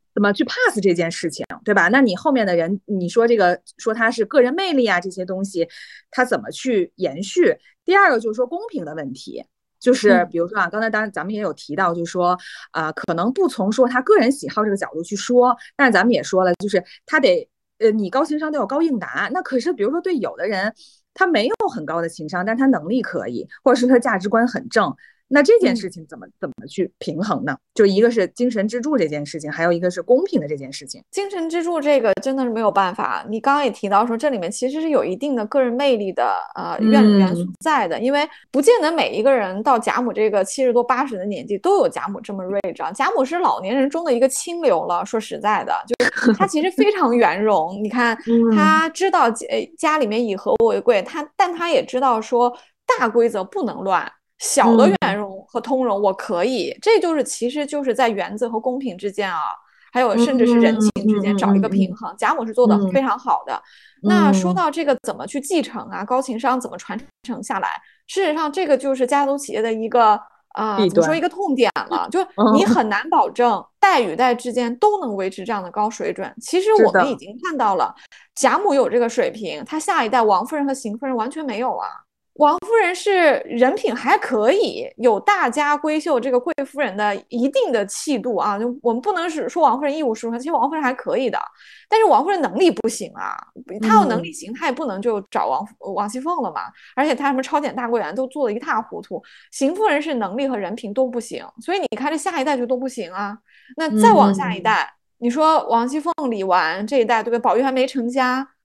pass 这件事情，对吧？那你后面的人，你说这个说他是个人魅力啊这些东西，他怎么去延续？第二个就是说公平的问题，就是比如说刚才当然咱们也有提到，就是说可能不从说他个人喜好这个角度去说，但是咱们也说了，就是他得你高情商都有高应答。那可是比如说对有的人他没有很高的情商，但他能力可以，或者是他价值观很正。那这件事情怎么去平衡呢？就一个是精神支柱这件事情，还有一个是公平的这件事情。 精神支柱这个真的是没有办法。你刚刚也提到说，这里面其实是有一定的个人魅力的元素在的，因为不见得每一个人到贾母这个70多80的年纪都有贾母这么睿智。贾母是老年人中的一个清流了，说实在的，就是她其实非常圆融。你看，她知道家里面以和为贵，但她也知道说大规则不能乱。小的圆融和通融我可以，这就是其实就是在原则和公平之间还有甚至是人情之间找一个平衡。贾母是做的非常好的。那说到这个怎么去继承高情商怎么传承下来，事实上这个就是家族企业的一个怎么说一个痛点了，就你很难保证代与代之间都能维持这样的高水准。其实我们已经看到了，贾母有这个水平，她下一代王夫人和邢夫人完全没有王夫人是人品还可以，有大家闺秀这个贵夫人的一定的气度就我们不能是说王夫人一无是处，其实王夫人还可以的，但是王夫人能力不行她有能力行，她也不能就找王熙凤了嘛，而且她什么超检大观园都做得一塌糊涂。邢夫人是能力和人品都不行，所以你看这下一代就都不行那再往下一代，你说王熙凤、李纨这一代，对吧？宝玉还没成家。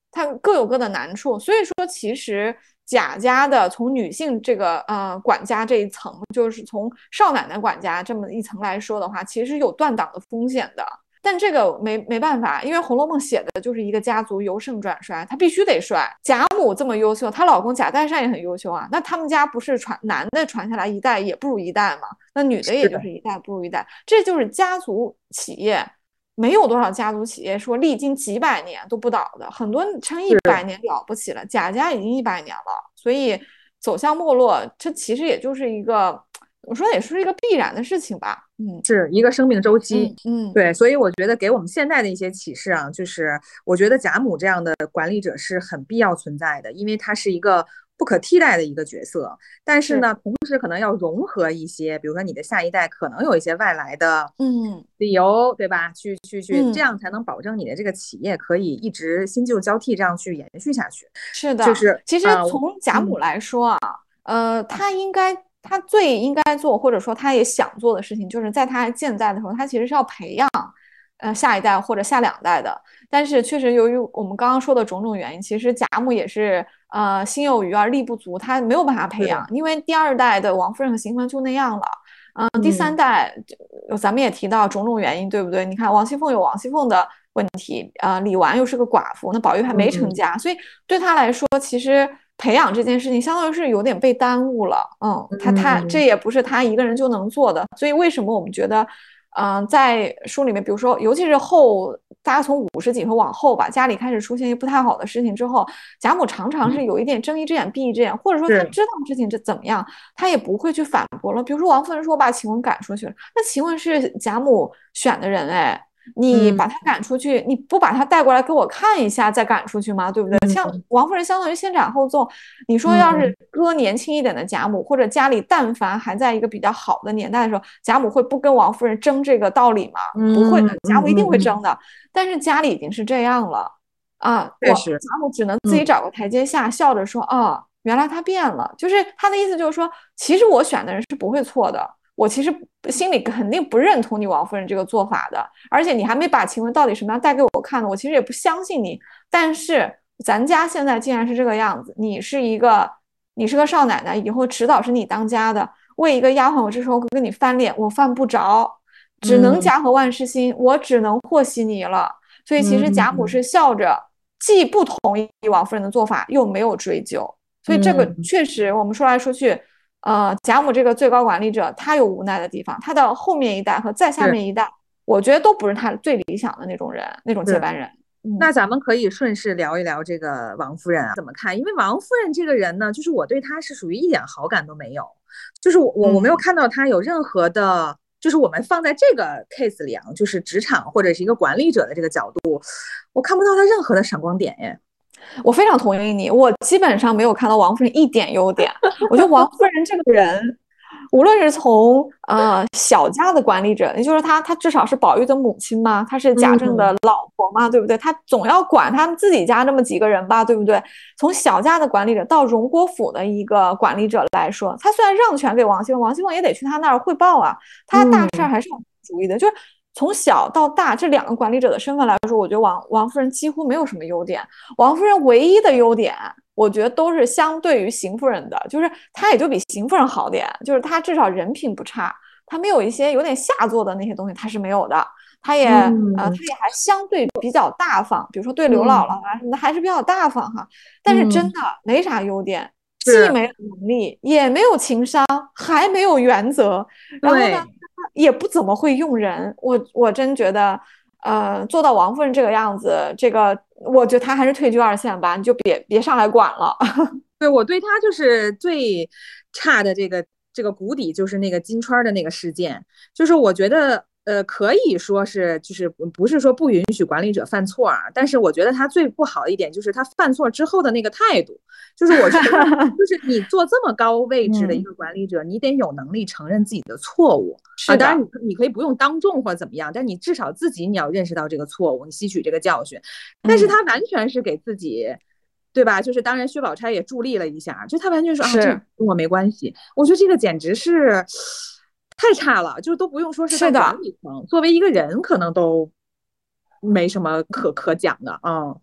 它各有各的难处。所以说，其实贾家的从女性这个管家这一层，就是从少奶奶管家这么一层来说的话，其实有断档的风险的。但这个没办法，因为《红楼梦》写的就是一个家族由盛转衰，他必须得衰。贾母这么优秀，她老公贾代善也很优秀啊，那他们家不是男的传下来一代也不如一代吗？那女的也就是一代不如一代，这就是家族企业。没有多少家族企业说历经几百年都不倒的，很多撑100年了不起了，贾家已经100年了，所以走向没落，这其实也就是一个，我说也是一个必然的事情吧。 是一个生命周期。对，所以我觉得给我们现在的一些启示啊，就是我觉得贾母这样的管理者是很必要存在的，因为他是一个不可替代的一个角色。但是呢，同时可能要融合一些，比如说你的下一代可能有一些外来的理由，对吧？去这样才能保证你的这个企业可以一直新旧交替这样去延续下去。 是的， 就是其实从贾母来说啊，他最应该做，或者说他也想做的事情，就是在他健在的时候，他其实是要培养下一代或者下2代的。但是确实由于我们刚刚说的种种原因，其实贾母也是心有余而力不足，他没有办法培养，因为第2代的王夫人和邢夫人就那样了。第3代咱们也提到种种原因，对不对？你看王熙凤有王熙凤的问题，李纨又是个寡妇，那宝玉还没成家，所以对他来说，其实培养这件事情相当于是有点被耽误了。他这也不是他一个人就能做的，所以为什么我们觉得在书里面，比如说尤其是大家从50几岁往后吧，家里开始出现一些不太好的事情之后，贾母常常是有一点睁一只眼闭一只眼，或者说他知道事情这怎么样，他也不会去反驳了。比如说王夫人说我把晴雯赶出去了，那晴雯是贾母选的人，你把他赶出去，你不把他带过来给我看一下再赶出去吗？对不对？像王夫人相当于先斩后奏，你说要是搁年轻一点的贾母，或者家里但凡还在一个比较好的年代的时候，贾母会不跟王夫人争这个道理吗？不会的，贾母一定会争的。但是家里已经是这样了贾母只能自己找个台阶下，笑着说原来他变了。就是他的意思就是说，其实我选的人是不会错的，我其实心里肯定不认同你王夫人这个做法的，而且你还没把晴雯到底什么样带给我看呢，我其实也不相信你。但是咱家现在既然是这个样子，你是个少奶奶，以后迟早是你当家的，为一个丫鬟我这时候跟你翻脸，我犯不着，只能家和万事兴，我只能和稀泥了。所以其实贾母是笑着，既不同意王夫人的做法，又没有追究。所以这个确实我们说来说去贾母这个最高管理者，他有无奈的地方，他的后面一代和再下面一代，我觉得都不是他最理想的那种人，那种接班人。 那咱们可以顺势聊一聊这个王夫人怎么看？因为王夫人这个人呢，就是我对她是属于一点好感都没有，就是我没有看到她有任何的，就是我们放在这个 case 里就是职场或者是一个管理者的这个角度，我看不到她任何的闪光点耶。 我非常同意你，我基本上没有看到王夫人一点优点。我觉得王夫人这个人，无论是从小家的管理者，也就是她至少是宝玉的母亲嘛，她是贾政的老婆嘛，对不对？她总要管他们自己家这么几个人吧，对不对？从小家的管理者到荣国府的一个管理者来说，他虽然让权给王熙凤，王熙凤也得去他那儿汇报啊，他大事还是有主意的，就是从小到大这2个管理者的身份来说，我觉得王夫人几乎没有什么优点。王夫人唯一的优点，我觉得都是相对于邢夫人的，就是她也就比邢夫人好点，就是她至少人品不差，她没有一些有点下作的那些东西，她是没有的。她也还相对比较大方，比如说对刘姥姥什么的还是比较大方哈。但是真的没啥优点，既没有能力，也没有情商，还没有原则。然后呢？也不怎么会用人，我真觉得，做到王夫人这个样子，这个我觉得她还是退居2线吧，你就别上来管了。 对，我对她就是最差的这个谷底，就是那个金钏的那个事件，就是我觉得可以说是就是不是说不允许管理者犯错但是我觉得他最不好的一点就是他犯错之后的那个态度，就是我觉得就是你做这么高位置的一个管理者，你得有能力承认自己的错误当然你可以不用当众或者怎么样，但你至少自己你要认识到这个错误，你吸取这个教训。但是他完全是给自己对吧？就是当然薛宝钗也助力了一下，就他完全说这跟我没关系。我觉得这个简直是太差了，就都不用说是在管理层，作为一个人可能都没什么可讲的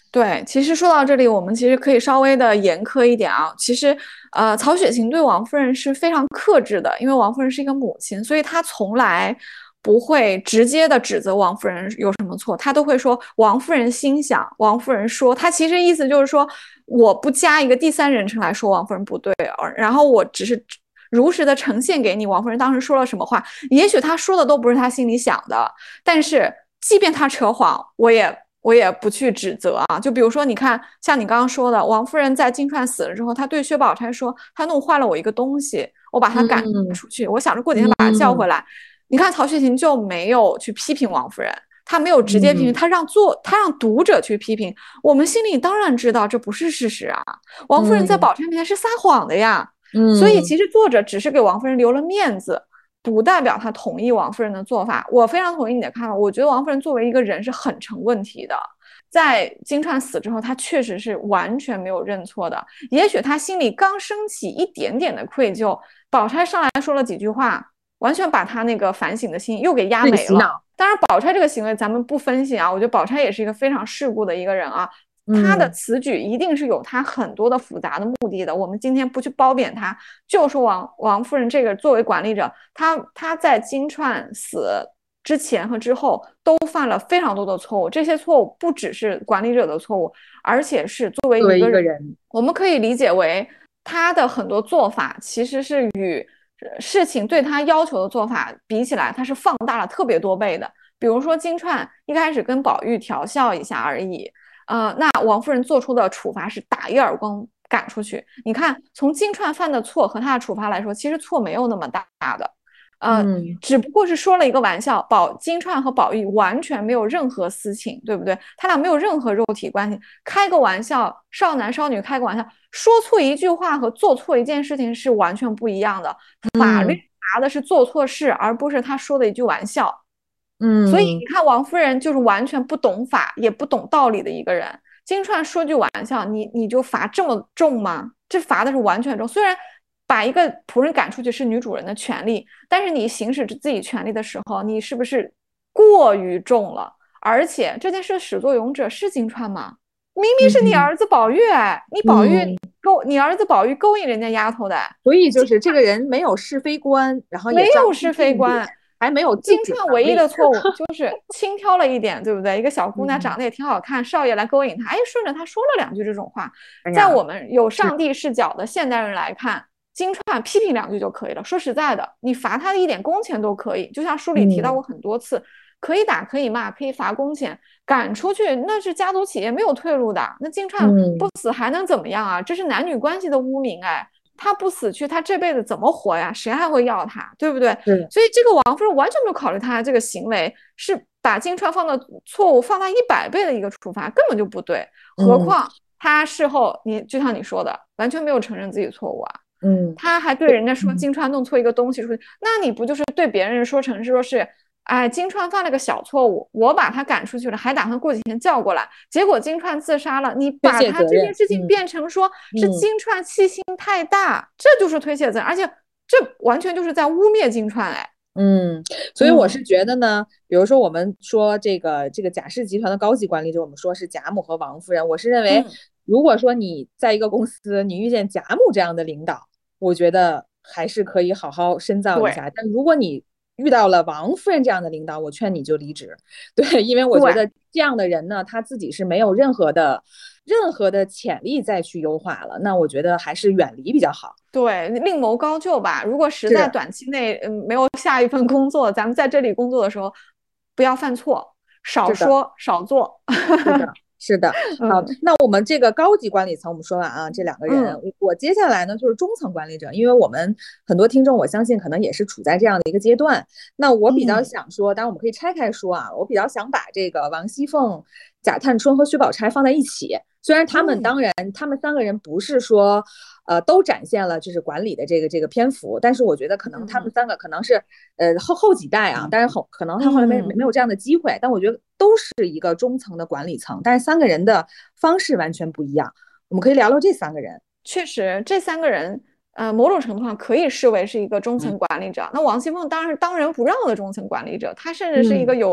对，其实说到这里，我们其实可以稍微的严苛一点啊。其实，曹雪芹对王夫人是非常克制的，因为王夫人是一个母亲，所以他从来不会直接的指责王夫人有什么错，他都会说王夫人心想，王夫人说，他其实意思就是说，我不加一个第三人称来说王夫人不对，然后我只是如实的呈现给你，王夫人当时说了什么话，也许他说的都不是他心里想的，但是即便他扯谎，我也不去指责啊。就比如说，你看，像你刚刚说的，王夫人在金钏死了之后，她对薛宝钗说：“她弄坏了我一个东西，我把她赶嗯出去，我想着过几天把她叫回嗯来。”你看曹雪芹就没有去批评王夫人，他没有直接批评， 嗯他让读者去批评。我们心里当然知道这不是事实啊，王夫人在嗯宝钗面前是撒谎的呀。所以嗯其实作者只是给王夫人留了面子，不代表他同意王夫人的做法。我非常同意你的看法，我觉得王夫人作为一个人是很成问题的。在金钏死之后，他确实是完全没有认错的。也许他心里刚升起一点点的愧疚，宝钗上来说了几句话，完全把他那个反省的心又给压没了。当然，宝钗这个行为咱们不分析啊，我觉得宝钗也是一个非常世故的一个人啊。他的此举一定是有他很多的复杂的目的的。我们今天不去褒贬他，就说王夫人这个作为管理者，他在金钏死之前和之后都犯了非常多的错误。这些错误不只是管理者的错误，而且是作为一个人，我们可以理解为他的很多做法其实是与事情对他要求的做法比起来，他是放大了特别多倍的。比如说金钏一开始跟宝玉调笑一下而已。那王夫人做出的处罚是打一耳光赶出去。你看，从金钏犯的错和他的处罚来说，其实错没有那么大的，只不过是说了一个玩笑。金钏和宝玉完全没有任何私情，对不对？他俩没有任何肉体关系，开个玩笑，少男少女开个玩笑，说错一句话和做错一件事情是完全不一样的。法律罚的是做错事，而不是他说的一句玩笑。所以你看，王夫人就是完全不懂法也不懂道理的一个人。金钏说句玩笑，你就罚这么重吗？这罚的是完全重。虽然把一个仆人赶出去是女主人的权利，但是你行使自己权利的时候，你是不是过于重了？而且这件事始作俑者是金钏吗？明明是你儿子宝玉，你儿子宝玉勾引人家丫头的， 所以就是这个人没有是非观，然后也没有是非观。 还没有金钏唯一的错误就是轻佻了一点，对不对？一个小姑娘长得也挺好看，少爷来勾引她，顺着她说了两句这种话。在我们有上帝视角的现代人来看，金钏批评两句就可以了。说实在的，你罚她一点工钱都可以，就像书里提到过很多次，可以打，可以骂，可以罚工钱，赶出去那是家族企业，没有退路的。那金钏不死还能怎么样啊？这是男女关系的污名哎。他不死去，他这辈子怎么活呀？谁还会要他，对不对？所以这个王夫人完全没有考虑他这个行为是把金钏放的错误放大100倍的一个处罚，根本就不对。何况他事后就像你说的，完全没有承认自己错误啊。他还对人家说金钏弄错一个东西出去，那你不就是对别人说成是说是哎，金钏犯了个小错误，我把他赶出去了，还打算过几天叫过来，结果金钏自杀了，你把他这件事情变成说是金钏气心太大，这就是推卸责任，而且这完全就是在污蔑金钏哎。 所以我是觉得呢，比如说我们说这个贾氏集团的高级管理者，我们说是贾母和王夫人，我是认为，如果说你在一个公司你遇见贾母这样的领导，我觉得还是可以好好深造一下。但如果你遇到了王夫人这样的领导，我劝你就离职。对，因为我觉得这样的人呢，他自己是没有任何的潜力再去优化了，那我觉得还是远离比较好。 对，另谋高就吧。如果实在短期内没有下一份工作，咱们在这里工作的时候，不要犯错，少说少做。 是的，好，那我们这个高级管理层我们说完啊，这两个人，我接下来呢就是中层管理者，因为我们很多听众我相信可能也是处在这样的一个阶段。那我比较想说，当然我们可以拆开说啊，我比较想把这个王熙凤、贾探春和薛宝钗放在一起。虽然他们他们3个人不是说都展现了就是管理的这个篇幅，但是我觉得可能他们3个可能是后几代啊，但是可能他后来没有这样的机会，但我觉得都是一个中层的管理层，但是3个人的方式完全不一样。我们可以聊聊这3个人。 确实，这3个人某种程度上可以视为是一个中层管理者。那王熙凤当然是当仁不让的中层管理者，她甚至是一个有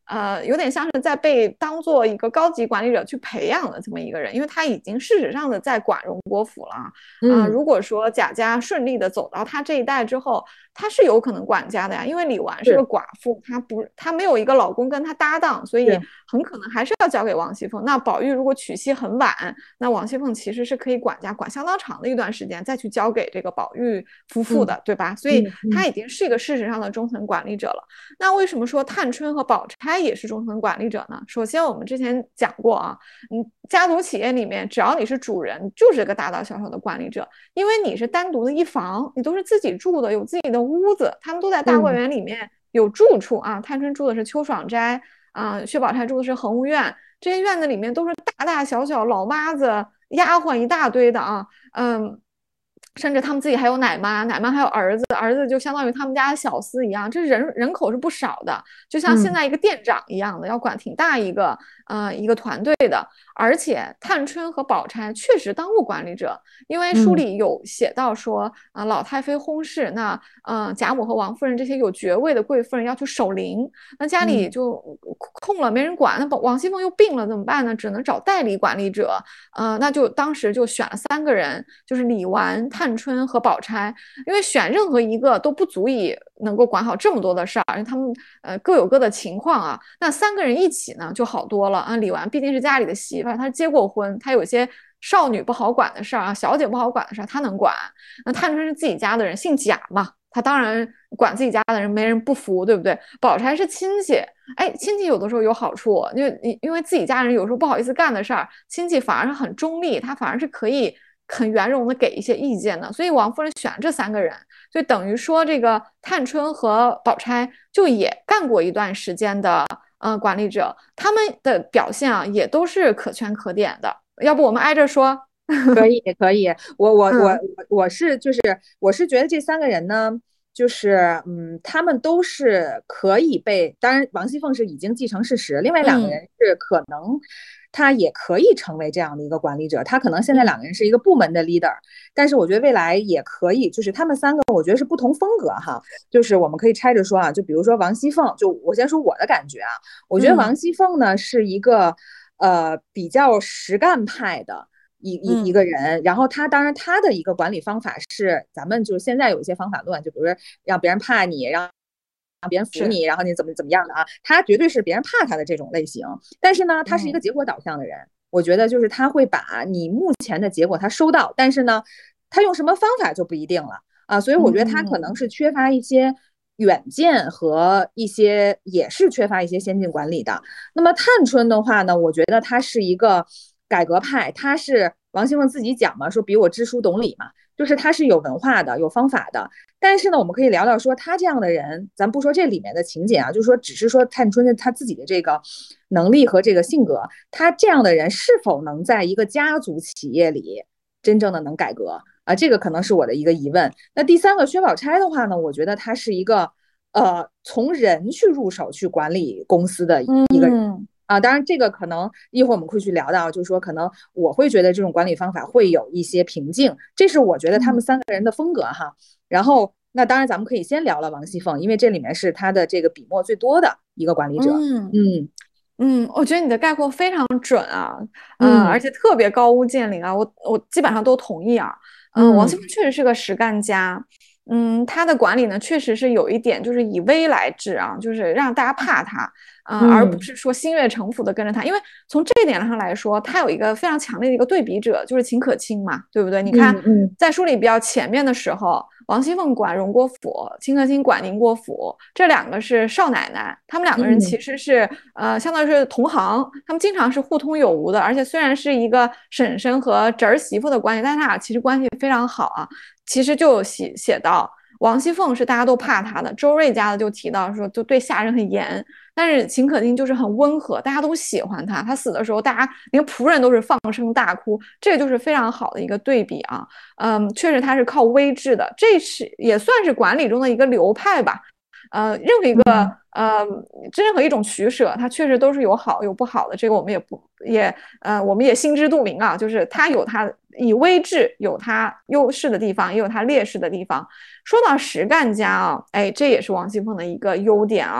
有点像是在被当做一个高级管理者去培养的这么一个人，因为他已经事实上的在管荣国府了如果说贾家顺利的走到他这一代之后，他是有可能管家的呀，因为李纨是个寡妇，她没有一个老公跟她搭档，所以很可能还是要交给王熙凤。那宝玉如果娶妻很晚，那王熙凤其实是可以管家管相当长的一段时间，再去交给这个宝玉夫妇的，对吧？所以他已经是一个事实上的中层管理者了。那为什么说探春和宝钗也是中层管理者呢？首先我们之前讲过家族企业里面，只要你是主人，就是个大大小小的管理者，因为你是单独的一房，你都是自己住的，有自己的屋子，他们都在大观园里面有住处探春住的是秋爽斋薛宝钗住的是恒芜院，这些院子里面都是大大小小老妈子丫鬟一大堆的甚至他们自己还有奶妈，奶妈还有儿子，儿子就相当于他们家的小厮一样，这人口是不少的，就像现在一个店长一样的，要管挺大一个团队的。而且探春和宝钗确实当过管理者，因为书里有写到说老太妃薨逝，那贾母和王夫人这些有爵位的贵夫人要去守灵，那家里就空了没人管，那王熙凤又病了怎么办呢？只能找代理管理者那就当时就选了3个人，就是李纨、探春和宝钗，因为选任何一个都不足以能够管好这么多的事儿，因为他们各有各的情况那3个人一起呢就好多了李纨毕竟是家里的媳妇，她结过婚，她有些少女不好管的事儿小姐不好管的事儿她能管。那探春是自己家的人，姓贾嘛，她当然管自己家的人没人不服，对不对？宝钗是亲戚，亲戚有的时候有好处，因为自己家人有时候不好意思干的事儿，亲戚反而是很中立，他反而是可以很圆融的给一些意见的。所以王夫人选这3个人，就等于说这个探春和宝钗就也干过一段时间的管理者，他们的表现也都是可圈可点的。要不我们挨着说？ 可以，我是觉得这3个人呢，就是他们都是可以被，当然王熙凤是已经继承事实，另外2个人是可能他也可以成为这样的一个管理者，他可能现在2个人是一个部门的 leader，但是我觉得未来也可以，就是他们3个我觉得是不同风格就是我们可以拆着说就比如说王熙凤，就我先说我的感觉我觉得王熙凤呢是一个比较实干派的一个人，然后当然他的一个管理方法是咱们就现在有一些方法论，就比如说让别人怕你，让别人服你，然后你怎么样的他绝对是别人怕他的这种类型。但是呢，他是一个结果导向的人，我觉得就是他会把你目前的结果他收到，但是呢，他用什么方法就不一定了所以我觉得他可能是缺乏一些远见和也是缺乏一些先进管理的。那么探春的话呢，我觉得他是一个改革派，他是王熙凤自己讲嘛，说比我知书懂礼嘛，就是他是有文化的，有方法的。但是呢，我们可以聊聊说他这样的人，咱不说这里面的情节就是说只是说探春的他自己的这个能力和这个性格，他这样的人是否能在一个家族企业里真正的能改革这个可能是我的一个疑问。那第3个薛宝钗的话呢，我觉得他是一个从人去入手去管理公司的一个人当然这个可能一会儿我们会去聊到，就是说可能我会觉得这种管理方法会有一些瓶颈，这是我觉得他们3个人的风格然后那当然咱们可以先聊了王熙凤，因为这里面是他的这个笔墨最多的一个管理者我觉得你的概括非常准而且特别高屋建瓴我基本上都同意王熙凤确实是个实干家他的管理呢确实是有一点就是以威来治就是让大家怕他而不是说心悦诚服的跟着他，因为从这一点上来说，他有一个非常强烈的一个对比者，就是秦可卿嘛，对不对？你看，在书里比较前面的时候，王熙凤管荣国府，秦可卿管宁国府，这2个是少奶奶，他们2个人其实是相当于是同行，他们经常是互通有无的，而且虽然是一个婶婶和侄儿媳妇的关系，但他俩其实关系非常好其实就写到王熙凤是大家都怕她的，周瑞家的就提到说就对下人很严，但是秦可卿就是很温和，大家都喜欢她。她死的时候，大家连仆人都是放声大哭，这个就是非常好的一个对比确实她是靠威治的，这是也算是管理中的一个流派吧。任何一个任何一种取舍，它确实都是有好有不好的，这个我们我们也心知肚明就是它有它以威治有它优势的地方，也有它劣势的地方。说到实干家这也是王熙凤的一个优点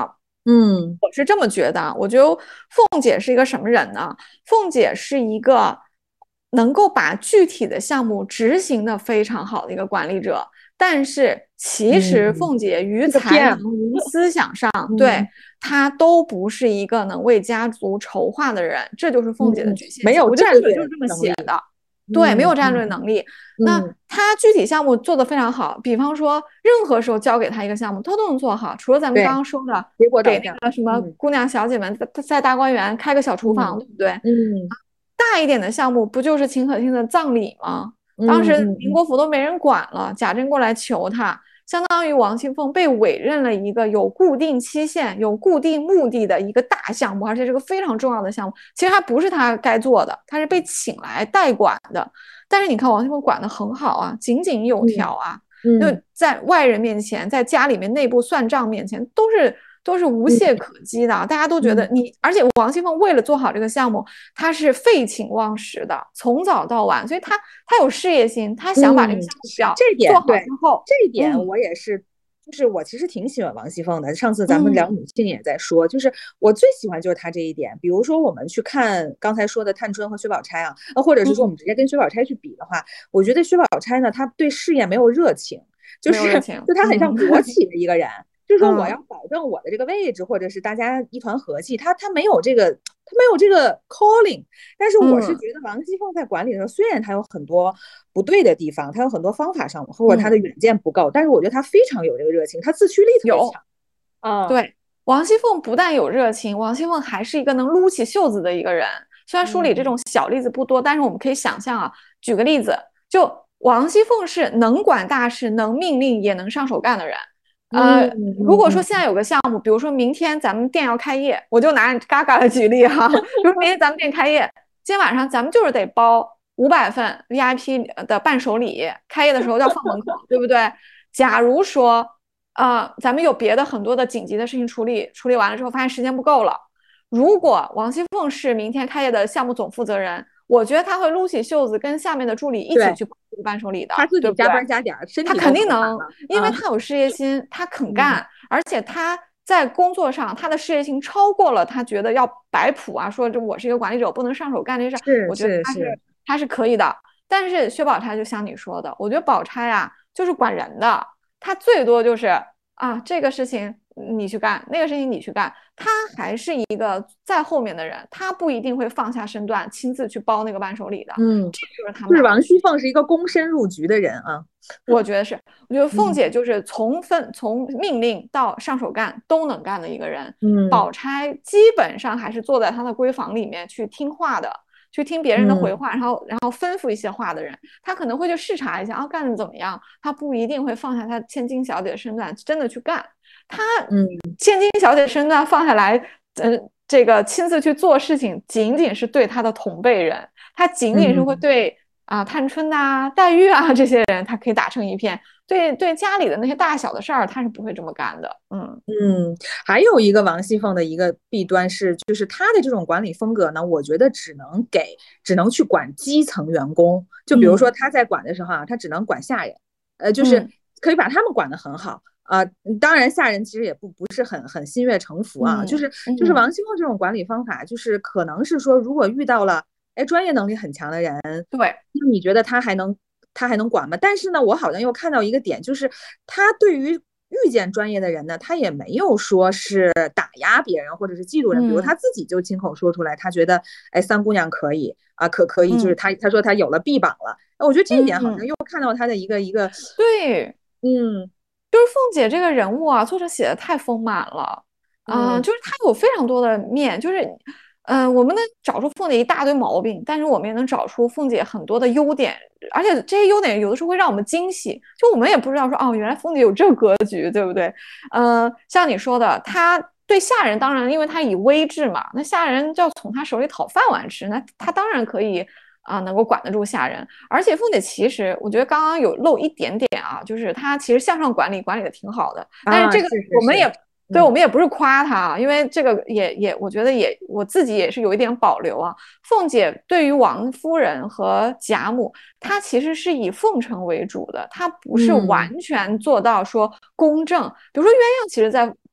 我是这么觉得。我觉得凤姐是一个什么人呢？凤姐是一个能够把具体的项目执行的非常好的一个管理者，但是其实凤姐于才能于思想上，对她都不是一个能为家族筹划的人，这就是凤姐的局限性。 没有战略就是这么写的。对，没有战略能力。那他具体项目做得非常好，比方说，任何时候交给他一个项目，他都能做好。除了咱们刚刚说的，给那个什么姑娘小姐们在大观园开个小厨房，对不对？大一点的项目不就是秦可卿的葬礼吗？当时宁国府都没人管了，贾珍过来求他，相当于王熙凤被委任了一个有固定期限、有固定目的的一个大项目，而且是个非常重要的项目。其实还不是他该做的，他是被请来代管的。但是你看王熙凤管得很好啊，井井有条啊，就在外人面前，在家里面内部算账面前，都是无懈可击的。大家都觉得你，而且王熙凤为了做好这个项目，她是废寝忘食的，从早到晚，所以她有事业心，她想把这个项目表做好之后， 这一点我也是。就是我其实挺喜欢王熙凤的，上次咱们聊女性也在说，就是我最喜欢就是她这一点。比如说我们去看刚才说的探春和薛宝钗啊，或者是说我们直接跟薛宝钗去比的话，我觉得薛宝钗呢，她对事业没有热情，就她很像国企的一个人。就是说我要保证我的这个位置，或者是大家一团和气，他没有这个 calling。但是我是觉得王熙凤在管理的时候，虽然他有很多不对的地方，他有很多方法上或者他的远见不够，但是我觉得他非常有这个热情，他自驱力特别强。 对，王熙凤不但有热情，王熙凤还是一个能撸起袖子的一个人。虽然书里这种小例子不多，但是我们可以想象啊，举个例子，就王熙凤是能管大事、能命令也能上手干的人。如果说现在有个项目，比如说明天咱们店要开业，我就拿嘎嘎的举例哈，比如说明天咱们店开业，今天晚上咱们就是得包500份 VIP 的伴手礼，开业的时候要放门口，对不对？假如说咱们有别的很多的紧急的事情处理完了之后，发现时间不够了，如果王熙凤是明天开业的项目总负责人，我觉得他会撸起袖子跟下面的助理一起去伴手礼的， 他自己加班加点，身体他肯定能，因为他有事业心，他肯干，而且他在工作上他的事业心超过了他觉得要摆谱啊，说这我是一个管理者，不能上手干这事，我觉得他是可以的。但是薛宝钗就像你说的，我觉得宝钗啊就是管人的，他最多就是这个事情你去干，那个事情你去干，他还是一个在后面的人，他不一定会放下身段亲自去包那个伴手礼的。这就是他们。 就是王熙凤是一个躬身入局的人啊， 我觉得是，我觉得凤姐就是从命令到上手干都能干的一个人。宝钗基本上还是坐在她的闺房里面去听话的。去听别人的回话，然后吩咐一些话的人，他可能会去视察一下干得怎么样，他不一定会放下他千金小姐的身段真的去干。他千金小姐身段放下来，这个亲自去做事情，仅仅是对他的同辈人，他仅仅是会对探春啊、黛玉啊这些人，他可以打成一片。对家里的那些大小的事儿，他是不会这么干的。 还有一个王熙凤的一个弊端是，就是她的这种管理风格呢，我觉得只能去管基层员工。就比如说她在管的时候啊，她只能管下人，就是可以把他们管得很好。当然下人其实也不是很心悦诚服啊。就是王熙凤这种管理方法，就是可能是说，如果遇到了专业能力很强的人， 对， 那你觉得他还能管吗？但是呢，我好像又看到一个点，就是他对于遇见专业的人呢，他也没有说是打压别人或者是嫉妒人，比如他自己就亲口说出来，他觉得三姑娘可以可以，就是他说他有了臂膀了。我觉得这一点好像又看到他的一个对，就是凤姐这个人物啊，作者写的太丰满了就是他有非常多的面，就是我们能找出凤姐一大堆毛病，但是我们也能找出凤姐很多的优点，而且这些优点有的时候会让我们惊喜，就我们也不知道说原来凤姐有这格局，对不对？像你说的，她对下人当然因为她以威制嘛，那下人就要从她手里讨饭碗吃，那她当然可以能够管得住下人。而且凤姐其实我觉得刚刚有漏一点点就是她其实向上管理的挺好的，但是这个我们也对，我们也不是夸她因为这个也我觉得我自己也是有一点保留凤姐对于王夫人和贾母，她其实是以奉承为主的，她不是完全做到说公正。比如说鸳鸯，其实在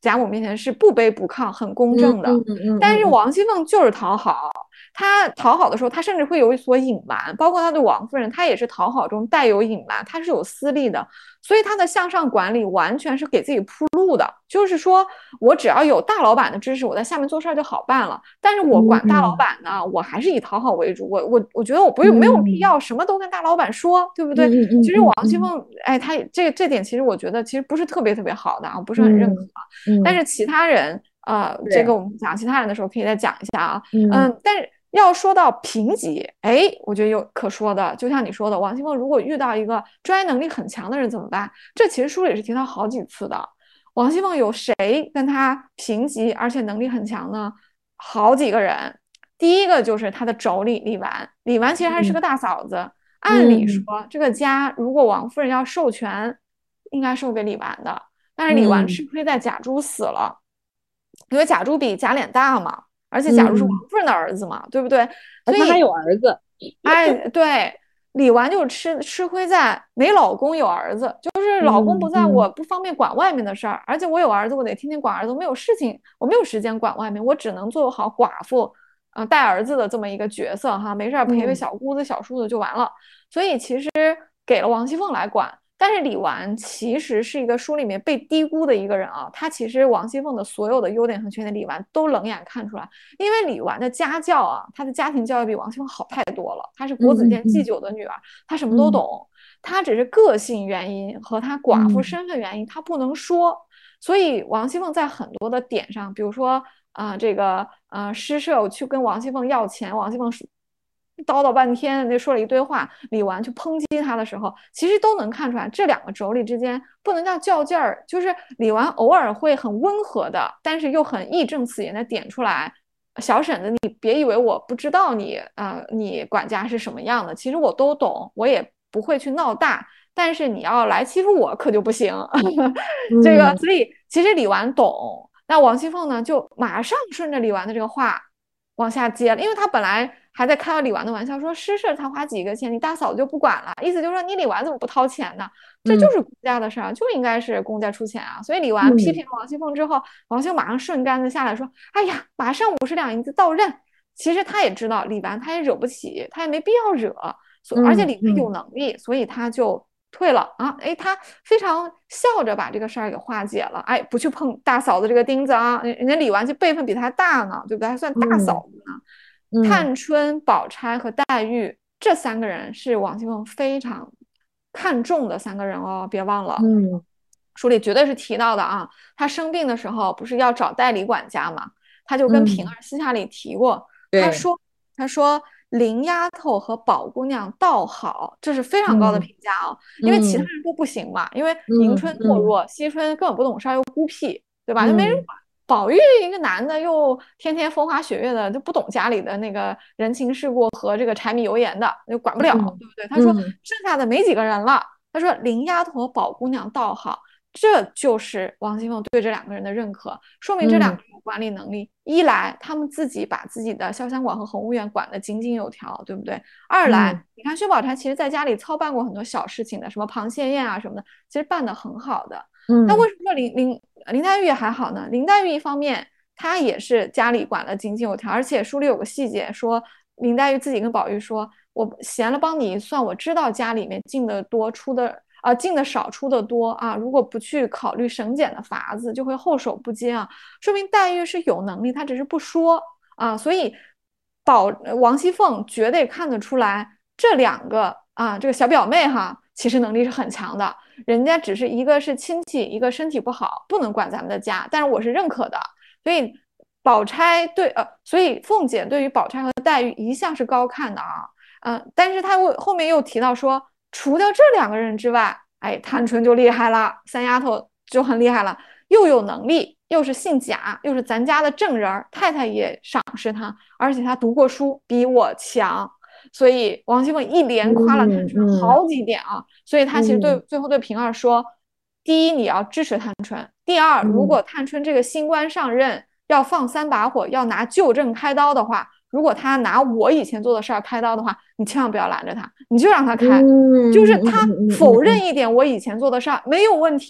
贾母面前是不卑不亢、很公正的。但是王熙凤就是讨好，她讨好的时候，她甚至会有所隐瞒，包括她对王夫人，她也是讨好中带有隐瞒，她是有私利的。所以她的向上管理完全是给自己铺路的，就是说我只要有大老板的支持，我在下面做事就好办了。但是我管大老板呢，我还是以讨好为主。我觉得我没有必要什么都跟大老板说，对不对？其实王熙凤，哎，她这点其实我觉得其实不是特别好的啊，不是很认可。但是其他人这个我们讲其他人的时候可以再讲一下啊。但是要说到评级，哎，我觉得有可说的，就像你说的，王熙凤如果遇到一个专业能力很强的人怎么办？这其实书里是提到好几次的。王熙凤有谁跟她评级而且能力很强呢？好几个人。第一个就是她的妯娌李纨，李纨其实还是个大嫂子。按理说这个家如果王夫人要授权，应该授给李纨的。但是李纨吃亏在贾珠死了，因为贾珠比贾琏大嘛，而且贾珠是王夫人的儿子嘛，对不对？所以他还有儿子。 哎，对，李纨就吃亏在没老公有儿子，就是老公不在，我不方便管外面的事儿，而且我有儿子，我得天天管儿子，我没有事情，我没有时间管外面，我只能做好寡妇，带儿子的这么一个角色哈，没事陪陪小姑子小叔子就完了。所以其实给了王熙凤来管。但是李纨其实是一个书里面被低估的一个人啊，他其实王熙凤的所有的优点和缺点，李纨都冷眼看出来。因为李纨的家教啊，她的家庭教育比王熙凤好太多了。她是国子监祭酒的女儿，她什么都懂。她只是个性原因和她寡妇身份原因，她不能说。所以王熙凤在很多的点上，比如说施舍去跟王熙凤要钱，王熙凤叨叨半天，那说了一堆话，李纨去抨击他的时候，其实都能看出来这两个妯娌之间不能叫较劲儿，就是李纨偶尔会很温和的，但是又很义正辞严的点出来，小婶子，你别以为我不知道你管家是什么样的，其实我都懂，我也不会去闹大，但是你要来欺负我可就不行。这个，所以其实李纨懂，那王熙凤呢就马上顺着李纨的这个话往下接了，因为他本来还在开了李纨的玩笑，说施舍他花几个钱，你大嫂子就不管了，意思就是说你李纨怎么不掏钱呢？这就是公家的事儿，就应该是公家出钱啊。所以李纨批评了王熙凤之后，王熙凤马上顺杆子下来说：“哎呀，马上50两银子到任。”其实他也知道李纨他也惹不起，他也没必要惹，而且李纨有能力，所以他就退了啊。哎，他非常笑着把这个事儿给化解了。哎，不去碰大嫂子这个钉子啊，人家李纨就辈分比他大呢，对不对？还算大嫂子呢。探春、宝钗和黛玉这3个人是王熙凤非常看重的3个人哦，别忘了。书里绝对是提到的啊。她生病的时候不是要找代理管家嘛，她就跟平儿私下里提过，她说林丫头和宝姑娘倒好，这是非常高的评价哦。因为其他人都不行嘛，因为迎春懦弱，惜春根本不懂事又孤僻，对吧？就没人管。宝玉一个男的又天天风花雪月的，就不懂家里的那个人情世故和这个柴米油盐的，就管不了，对不对？他说剩下的没几个人了，他说林丫头和宝姑娘倒好，这就是王熙凤对这2个人的认可，说明这2个人有管理能力。一来他们自己把自己的潇湘馆和恒芜园管得井井有条，对不对？二来你看薛宝钗其实在家里操办过很多小事情的，什么螃蟹宴啊什么的，其实办得很好的。那为什么说林黛玉也还好呢？林黛玉一方面她也是家里管得井井有条，而且书里有个细节说林黛玉自己跟宝玉说，我闲了帮你一算，我知道家里面进的多进的少出的多啊，如果不去考虑省俭的法子，就会后手不接啊。说明黛玉是有能力，她只是不说啊。所以王熙凤绝对看得出来这2个啊，这个小表妹哈，其实能力是很强的。人家只是一个是亲戚，一个身体不好，不能管咱们的家，但是我是认可的。所以所以凤姐对于宝钗和黛玉一向是高看的啊。但是她后面又提到说，除掉这2个人之外，哎，探春就厉害了，3丫头就很厉害了，又有能力，又是姓贾，又是咱家的正人，太太也赏识她，而且她读过书，比我强。所以王熙凤一连夸了探春好几点啊。所以她其实最后对平儿说，第一你要支持探春，第二如果探春这个新官上任要放3把火，要拿旧政开刀的话，如果他拿我以前做的事儿开刀的话，你千万不要拦着他，你就让他开，就是他否认一点我以前做的事儿没有问题，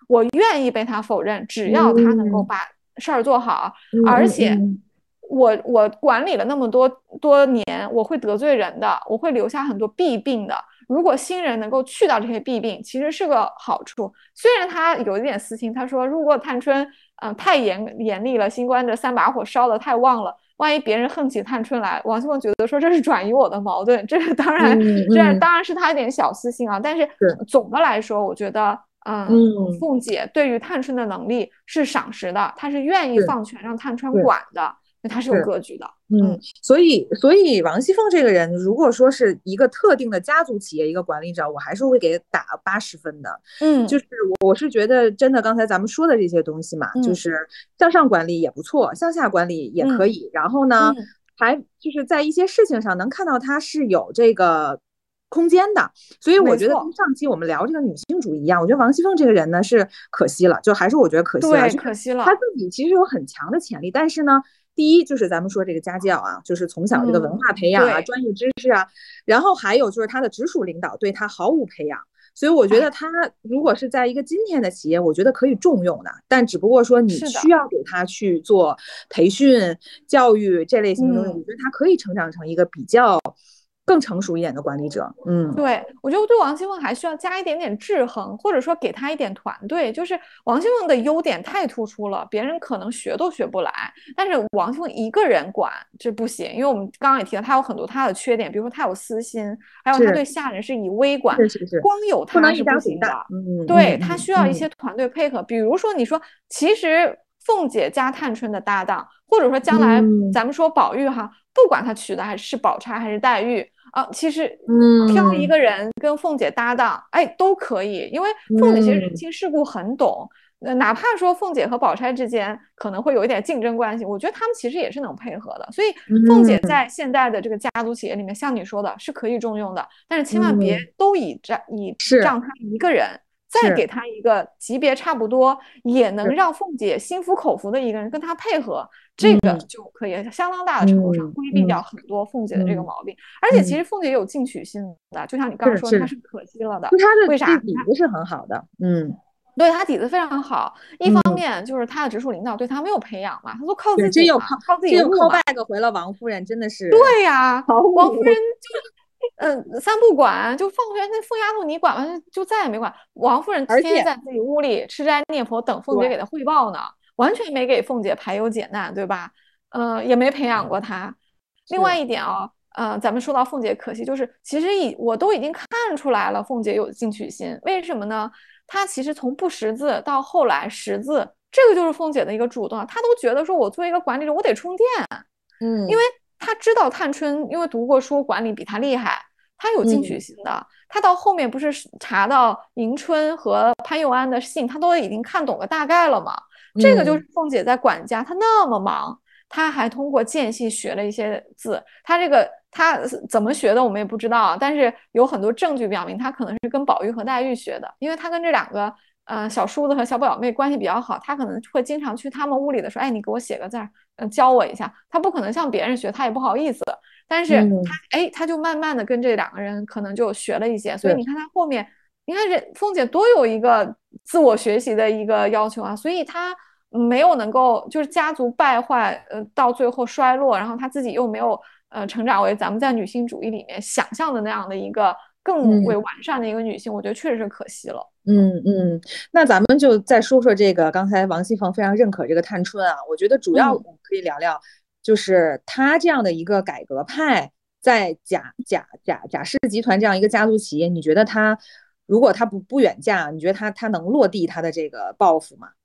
我愿意被他否认，只要他能够把事儿做好，而且我管理了那么多年，我会得罪人的，我会留下很多弊病的。如果新人能够去掉这些弊病，其实是个好处。虽然他有一点私心，他说如果探春太严厉了，新官的3把火烧得太旺了，万一别人恨起探春来，王熙凤觉得说这是转移我的矛盾，这个当然是他一点小私心啊。但是总的来说，我觉得凤姐对于探春的能力是赏识的，她是愿意放权让探春管的，她是有格局的。 所以王熙凤这个人，如果说是一个特定的家族企业一个管理者，我还是会给打80分的。就是我是觉得真的，刚才咱们说的这些东西嘛，就是向上管理也不错，向下管理也可以。然后呢，还就是在一些事情上能看到他是有这个空间的。所以我觉得跟上期我们聊这个女性主义一样，我觉得王熙凤这个人呢是可惜了，就还是我觉得可惜了， 对，可惜了。 她自己其实有很强的潜力，但是呢。第一就是咱们说这个家教啊，就是从小这个文化培养啊，专业知识啊，然后还有就是他的直属领导对他毫无培养，所以我觉得他如果是在一个今天的企业，我觉得可以重用的，但只不过说你需要给他去做培训、教育这类型的东西，我觉得他可以成长成一个比较更成熟一点的管理者。 对，我觉得对王熙凤还需要加一点点制衡，或者说给他一点团队。就是王熙凤的优点太突出了，别人可能学都学不来，但是王熙凤一个人管这不行，因为我们刚刚也提到他有很多他的缺点，比如说他有私心，还有他对下人是以微管，光有他是不行的。对，他需要一些团队配合，比如说你说其实凤姐加探春的搭档，或者说将来咱们说宝玉哈，不管他娶的还是宝钗还是黛玉其实挑一个人跟凤姐搭档都可以，因为凤姐其实人情世故很懂，哪怕说凤姐和宝钗之间可能会有一点竞争关系，我觉得他们其实也是能配合的。所以凤姐在现在的这个家族企业里面，像你说的是可以重用的，但是千万别都仗他一个人，再给他一个级别差不多也能让凤姐心服口服的一个人跟他配合，这个就可以相当大的程度上规避掉很多凤姐的这个毛病。而且其实凤姐有进取心的，就像你刚刚说，她是可惜了的。为啥？ 底子是很好的。 对，他底子非常好。一方面就是他的直属领导对他没有培养嘛，他都靠自己嘛，靠自己悟嘛。 back 回了王夫人，真的是。 对呀，王夫人就三不管，就放学那凤丫头你管完就再也没管。王夫人天天在自己屋里吃斋念佛，等凤姐给她汇报呢，完全没给凤姐排忧解难，对吧？也没培养过她。另外一点咱们说到凤姐可惜，就是其实我都已经看出来了，凤姐有进取心。为什么呢？她其实从不识字到后来识字，这个就是凤姐的一个主动。她都觉得说我作为一个管理者，我得充电。因为她知道探春因为读过书，管理比她厉害，她有进取心的。她到后面不是查到迎春和潘佑安的信，她都已经看懂了大概了嘛。这个就是凤姐在管家，她那么忙。他还通过间隙学了一些字，他怎么学的我们也不知道，但是有很多证据表明他可能是跟宝玉和黛玉学的，因为他跟这2个小叔子和小表妹关系比较好，他可能会经常去他们屋里的说，你给我写个字教我一下。他不可能向别人学，他也不好意思，但是他就慢慢的跟这2个人可能就学了一些，所以你看他后面，你看凤姐多有一个自我学习的一个要求啊，所以他没有能够就是家族败坏，到最后衰落，然后她自己又没有成长为咱们在女性主义里面想象的那样的一个更为完善的一个女性，我觉得确实是可惜了。 那咱们就再说说这个，刚才王熙凤非常认可这个探春啊，我觉得主要我们可以聊聊，就是她这样的一个改革派，在贾氏集团这样一个家族企业，你觉得她如果她不远嫁，你觉得她能落地她的这个抱负吗？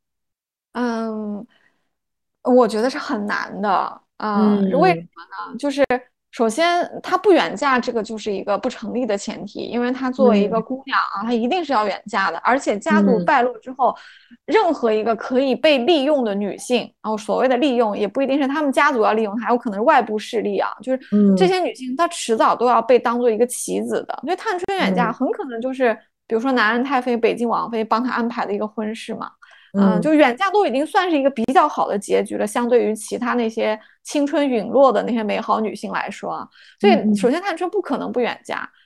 我觉得是很难的。为什么呢？就是首先她不远嫁，这个就是一个不成立的前提，因为她作为一个姑娘她一定是要远嫁的，而且家族败落之后，任何一个可以被利用的女性，然后所谓的利用也不一定是他们家族要利用她，有可能是外部势力就是这些女性她迟早都要被当做一个棋子的。因为探春远嫁很可能就是比如说南安太妃、北静王妃帮她安排的一个婚事嘛。就远嫁都已经算是一个比较好的结局了，相对于其他那些青春陨落的那些美好女性来说。所以首先探春不可能不远嫁，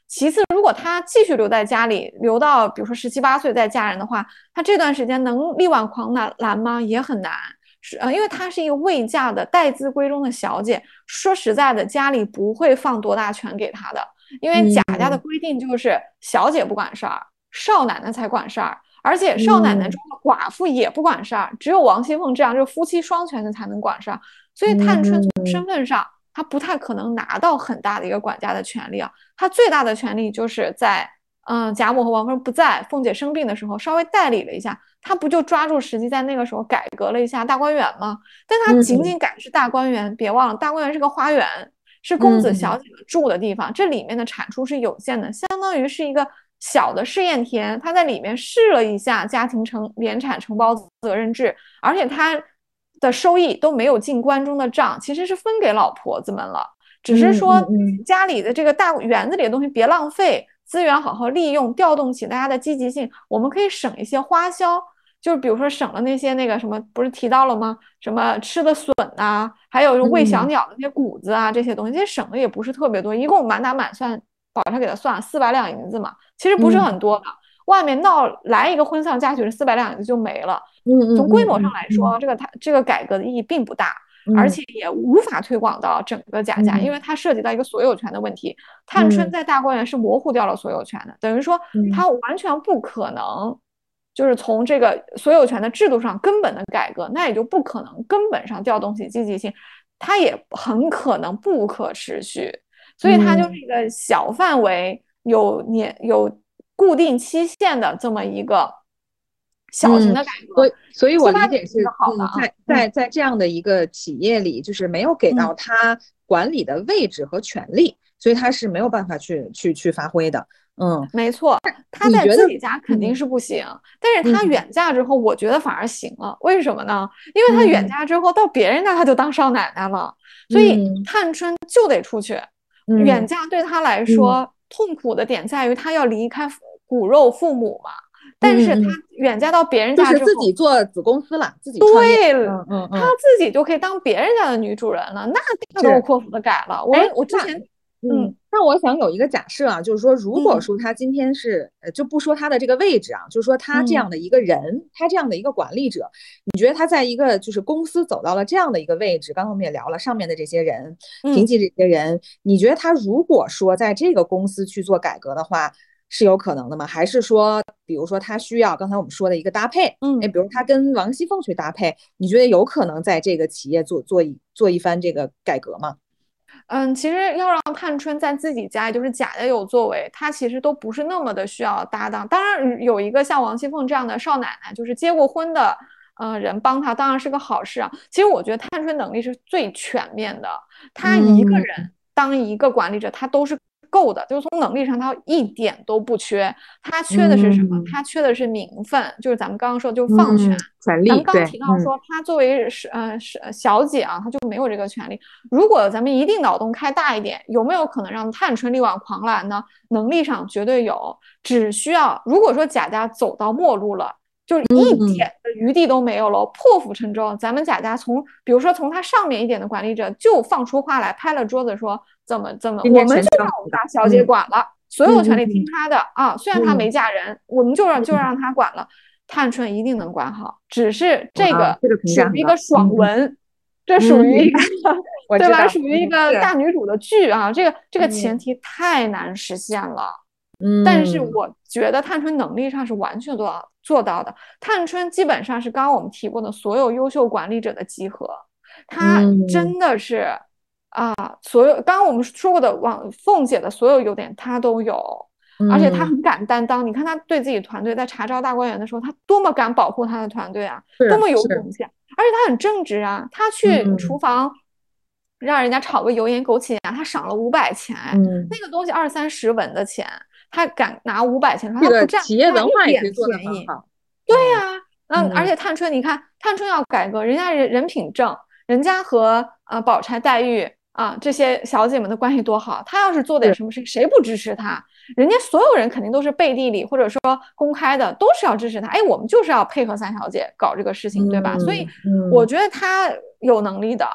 其次，如果他继续留在家里，留到比如说17、18岁再嫁人的话，他这段时间能力挽狂澜吗？也很难。因为她是一个未嫁的待字闺中的小姐，说实在的，家里不会放多大权给她的，因为贾家的规定就是小姐不管事儿，少奶奶才管事儿，而且少奶奶中的寡妇也不管事儿，只有王熙凤这样就是夫妻双全的才能管事儿，所以探春从身份上，她不太可能拿到很大的一个管家的权利啊，她最大的权利就是在贾母和王夫不在，凤姐生病的时候稍微代理了一下，她不就抓住时机在那个时候改革了一下大观园吗？但她仅仅改的是大观园，别忘了大观园是个花园，是公子小姐们住的地方，这里面的产出是有限的，相当于是一个小的试验田，她在里面试了一下家庭联产承包责任制，而且她的收益都没有进关中的账，其实是分给老婆子们了，只是说家里的这个大园子里的东西别浪费。资源好好利用，调动起大家的积极性，我们可以省一些花销，就是比如说省了那些那个什么，不是提到了吗？什么吃的笋啊，还有喂小鸟的那些谷子啊，这些东西，这些省的也不是特别多，一共满打满算，宝钗给他算400两银子嘛，其实不是很多的。外面闹来一个婚丧嫁娶，400两银子就没了。从规模上来说，这个改革的意义并不大。而且也无法推广到整个贾家，因为它涉及到一个所有权的问题。探春在大观园是模糊掉了所有权的，等于说它完全不可能，就是从这个所有权的制度上根本的改革，那也就不可能根本上调动起积极性，它也很可能不可持续。所以它就是一个小范围有固定期限的这么一个小型的改革， 所以我理解是，在这样的一个企业里，就是没有给到他管理的位置和权利，所以他是没有办法去发挥的。 没错，他在自己家肯定是不行，但是他远嫁之后，我觉得反而行了。为什么呢？因为他远嫁之后到别人家他就当少奶奶了，所以探春就得出去。远嫁对他来说痛苦的点在于他要离开骨肉父母嘛。但是他远嫁到别人家之后， 就是自己做子公司了，自己创业， 他自己就可以当别人家的女主人了，那大刀阔斧的改了。我之前， 那我想有一个假设啊，就是说，如果说他今天是，就不说他的这个位置啊，就是说他这样的一个人，他这样的一个管理者，你觉得他在一个就是公司走到了这样的一个位置，刚刚我们也聊了上面的这些人，凭借这些人，你觉得他如果说在这个公司去做改革的话，是有可能的吗？还是说，比如说他需要刚才我们说的一个搭配，比如他跟王熙凤去搭配，你觉得有可能在这个企业做一番这个改革吗？ 其实要让探春在自己家，也就是贾家有作为，她其实都不是那么的需要搭档。当然，有一个像王熙凤这样的少奶奶，就是结过婚的人帮她，当然是个好事啊。其实我觉得探春能力是最全面的，她一个人当一个管理者，她都是够的，就是从能力上她一点都不缺。她缺的是什么？她缺的是名分，就是咱们刚刚说的就是放权。 权利。 咱们刚提到说，她作为小姐啊，她就没有这个权利。如果咱们一定脑洞开大一点，有没有可能让探春力挽狂澜呢？能力上绝对有，只需要如果说贾家走到末路了，就是一点的余地都没有了，破釜沉舟，咱们贾家比如说从他上面一点的管理者就放出话来，拍了桌子说怎么，我们就让我们家小姐管了，所有权利听她的啊，虽然她没嫁人，我们就让她管了。探春一定能管好，只是这个属于一个爽文，这属于一个对吧？属于一个大女主的剧啊，这个前提太难实现了。但是我觉得探春能力上是完全做到的。探春基本上是刚刚我们提过的所有优秀管理者的集合，她真的是所有刚刚我们说过的凤姐的所有优点她都有。而且他很敢担当，你看他对自己团队在查招大观园的时候，他多么敢保护他的团队啊，多么有贡献，而且他很正直啊，他去厨房让人家炒个油盐枸杞啊，他赏了500钱，那个东西20-30文的钱，他敢拿500钱，他不占企业文化也可以做得很好。 对呀，而且探春，你看探春要改革，人家人品正，人家和宝钗、黛玉这些小姐们的关系多好，他要是做点什么事，谁不支持他？人家所有人肯定都是背地里或者说公开的，都是要支持他。哎，我们就是要配合三小姐搞这个事情，对吧？所以我觉得他有能力的。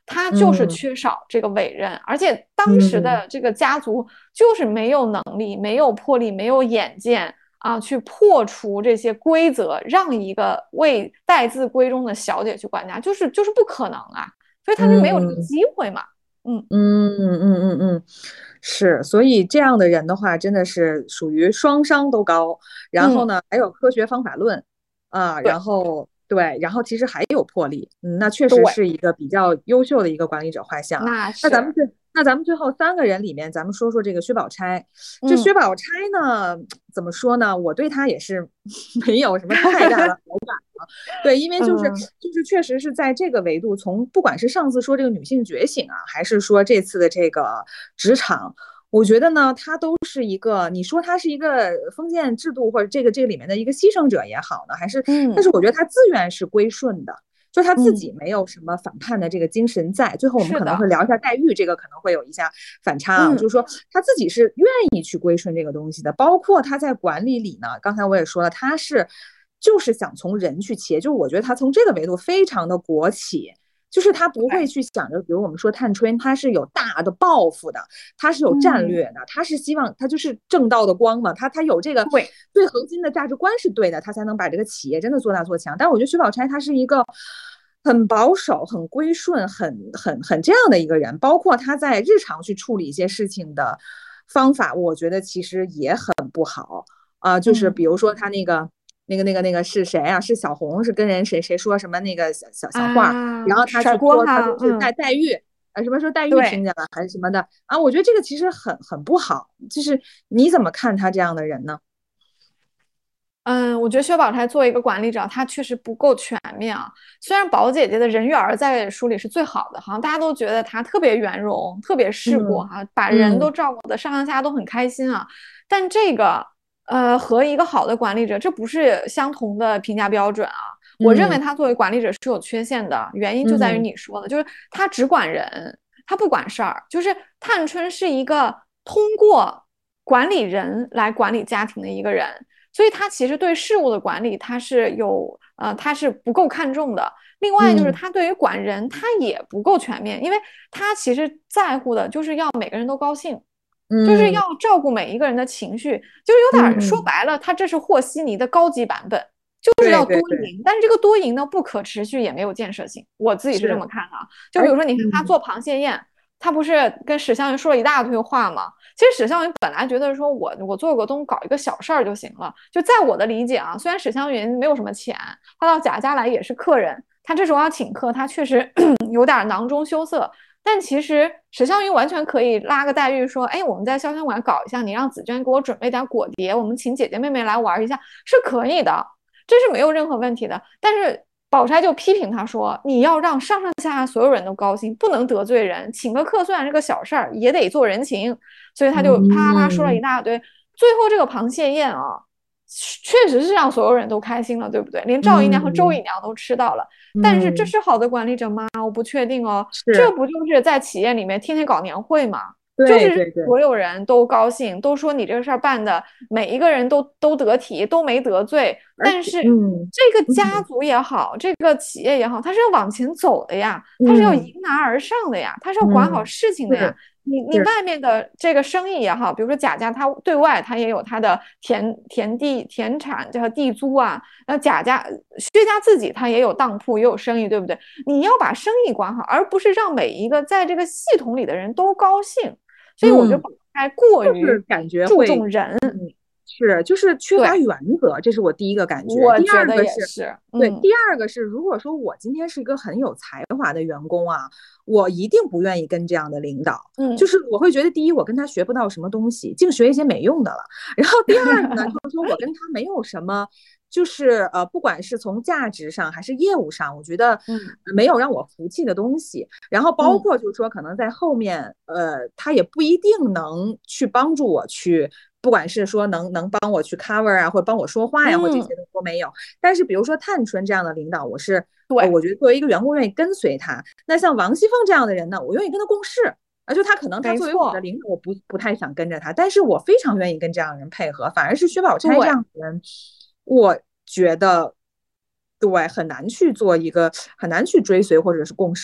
他就是缺少这个委任，而且当时的这个家族就是没有能力、没有魄力、没有眼见啊，去破除这些规则，让一个为待字闺中的小姐去管家，就是不可能啊，所以他就没有这个机会嘛。 是，所以这样的人的话，真的是属于双商都高，然后呢，还有科学方法论啊，然后对，然后其实还有魄力，那确实是一个比较优秀的一个管理者画像。那咱们最后3个人里面，咱们说说这个薛宝钗。这薛宝钗呢，怎么说呢？我对她也是没有什么太大的好感了。对，因为就是确实是在这个维度，从不管是上次说这个女性觉醒啊，还是说这次的这个职场，我觉得呢，她都是一个，你说她是一个封建制度或者这个里面的一个牺牲者也好呢，还是，但是我觉得她自愿是归顺的。就他自己没有什么反叛的这个精神在。最后我们可能会聊一下黛玉，这个可能会有一下反差啊，就是说他自己是愿意去归顺这个东西的，包括他在管理里呢，刚才我也说了，他就是想从人去切，就是我觉得他从这个维度非常的国企。就是他不会去想着，比如我们说探春，他是有大的抱负的，他是有战略的，他是希望他就是正道的光嘛，他有这个最核心的价值观是对的，他才能把这个企业真的做大做强。但是我觉得薛宝钗她是一个很保守、很归顺、很这样的一个人，包括他在日常去处理一些事情的方法，我觉得其实也很不好啊。就是比如说他那个是谁啊？是小红，是跟人谁说什么那个小话，然后他去说他就是黛玉什么说黛玉听见了还是什么的啊？我觉得这个其实很不好。就是你怎么看他这样的人呢？ 我觉得薛宝钗作为一个管理者，她确实不够全面啊。虽然宝姐姐的人缘在书里是最好的，好像大家都觉得她特别圆融、特别世故哈，把人都照顾的上下都很开心啊。但这个和一个好的管理者，这不是相同的评价标准啊。我认为他作为管理者是有缺陷的，原因就在于你说的，就是他只管人，他不管事儿。就是探春是一个通过管理人来管理家庭的一个人。所以他其实对事物的管理，他是他是不够看重的。另外就是他对于管人，他也不够全面，因为他其实在乎的就是要每个人都高兴，就是要照顾每一个人的情绪，就是有点说白了，他这是和稀泥的高级版本，就是要多赢。但是这个多赢呢，不可持续，也没有建设性。我自己是这么看的啊。就比如说，你看他做螃蟹宴，他不是跟史湘云说了一大堆话吗？其实史湘云本来觉得说我做个东搞一个小事儿就行了。就在我的理解啊，虽然史湘云没有什么钱，他到贾家来也是客人，他这时候要请客，他确实有点囊中羞涩。但其实史湘云完全可以拉个黛玉说，哎，我们在潇湘馆搞一下，你让紫娟给我准备点果碟，我们请姐姐妹妹来玩一下，是可以的，这是没有任何问题的。但是宝钗就批评他说，你要让上上下下所有人都高兴，不能得罪人，请个客虽然是个小事儿，也得做人情。所以他就啪啪说了一大堆。最后这个螃蟹宴啊，确实是让所有人都开心了，对不对？连赵姨娘和周姨娘都吃到了。但是这是好的管理者吗？我不确定哦。这不就是在企业里面天天搞年会吗？就是所有人都高兴，都说你这个事儿办的每一个人都得体，都没得罪。但是这个家族也好，这个企业也好，它是要往前走的呀，它是要迎难而上的呀，它是要管好事情的呀。你外面的这个生意也好，比如说贾家，他对外他也有他的田地田产叫地租啊，贾家薛家自己他也有当铺也有生意，对不对？你要把生意管好，而不是让每一个在这个系统里的人都高兴。所以我觉得宝钗过于注重人。 就是缺乏原则，这是我第一个感觉。 我觉得也是。 第二个是，如果说我今天是一个很有才华的员工啊，我一定不愿意跟这样的领导。就是我会觉得，第一，我跟他学不到什么东西，净学一些没用的了。然后第二个呢，就是说我跟他没有什么，就是不管是从价值上还是业务上，我觉得没有让我服气的东西。然后包括就是说，可能在后面他也不一定能去帮助我去。不管是说能帮我去 cover 啊，或者帮我说话呀，或这些都没有。但是比如说探春这样的领导，我觉得作为一个员工愿意跟随他。那像王熙凤这样的人呢，我愿意跟他共事啊。就他可能他作为我的领导，我不太想跟着他，但是我非常愿意跟这样的人配合。反而是薛宝钗这样的人，我觉得很难去追随或者是共事。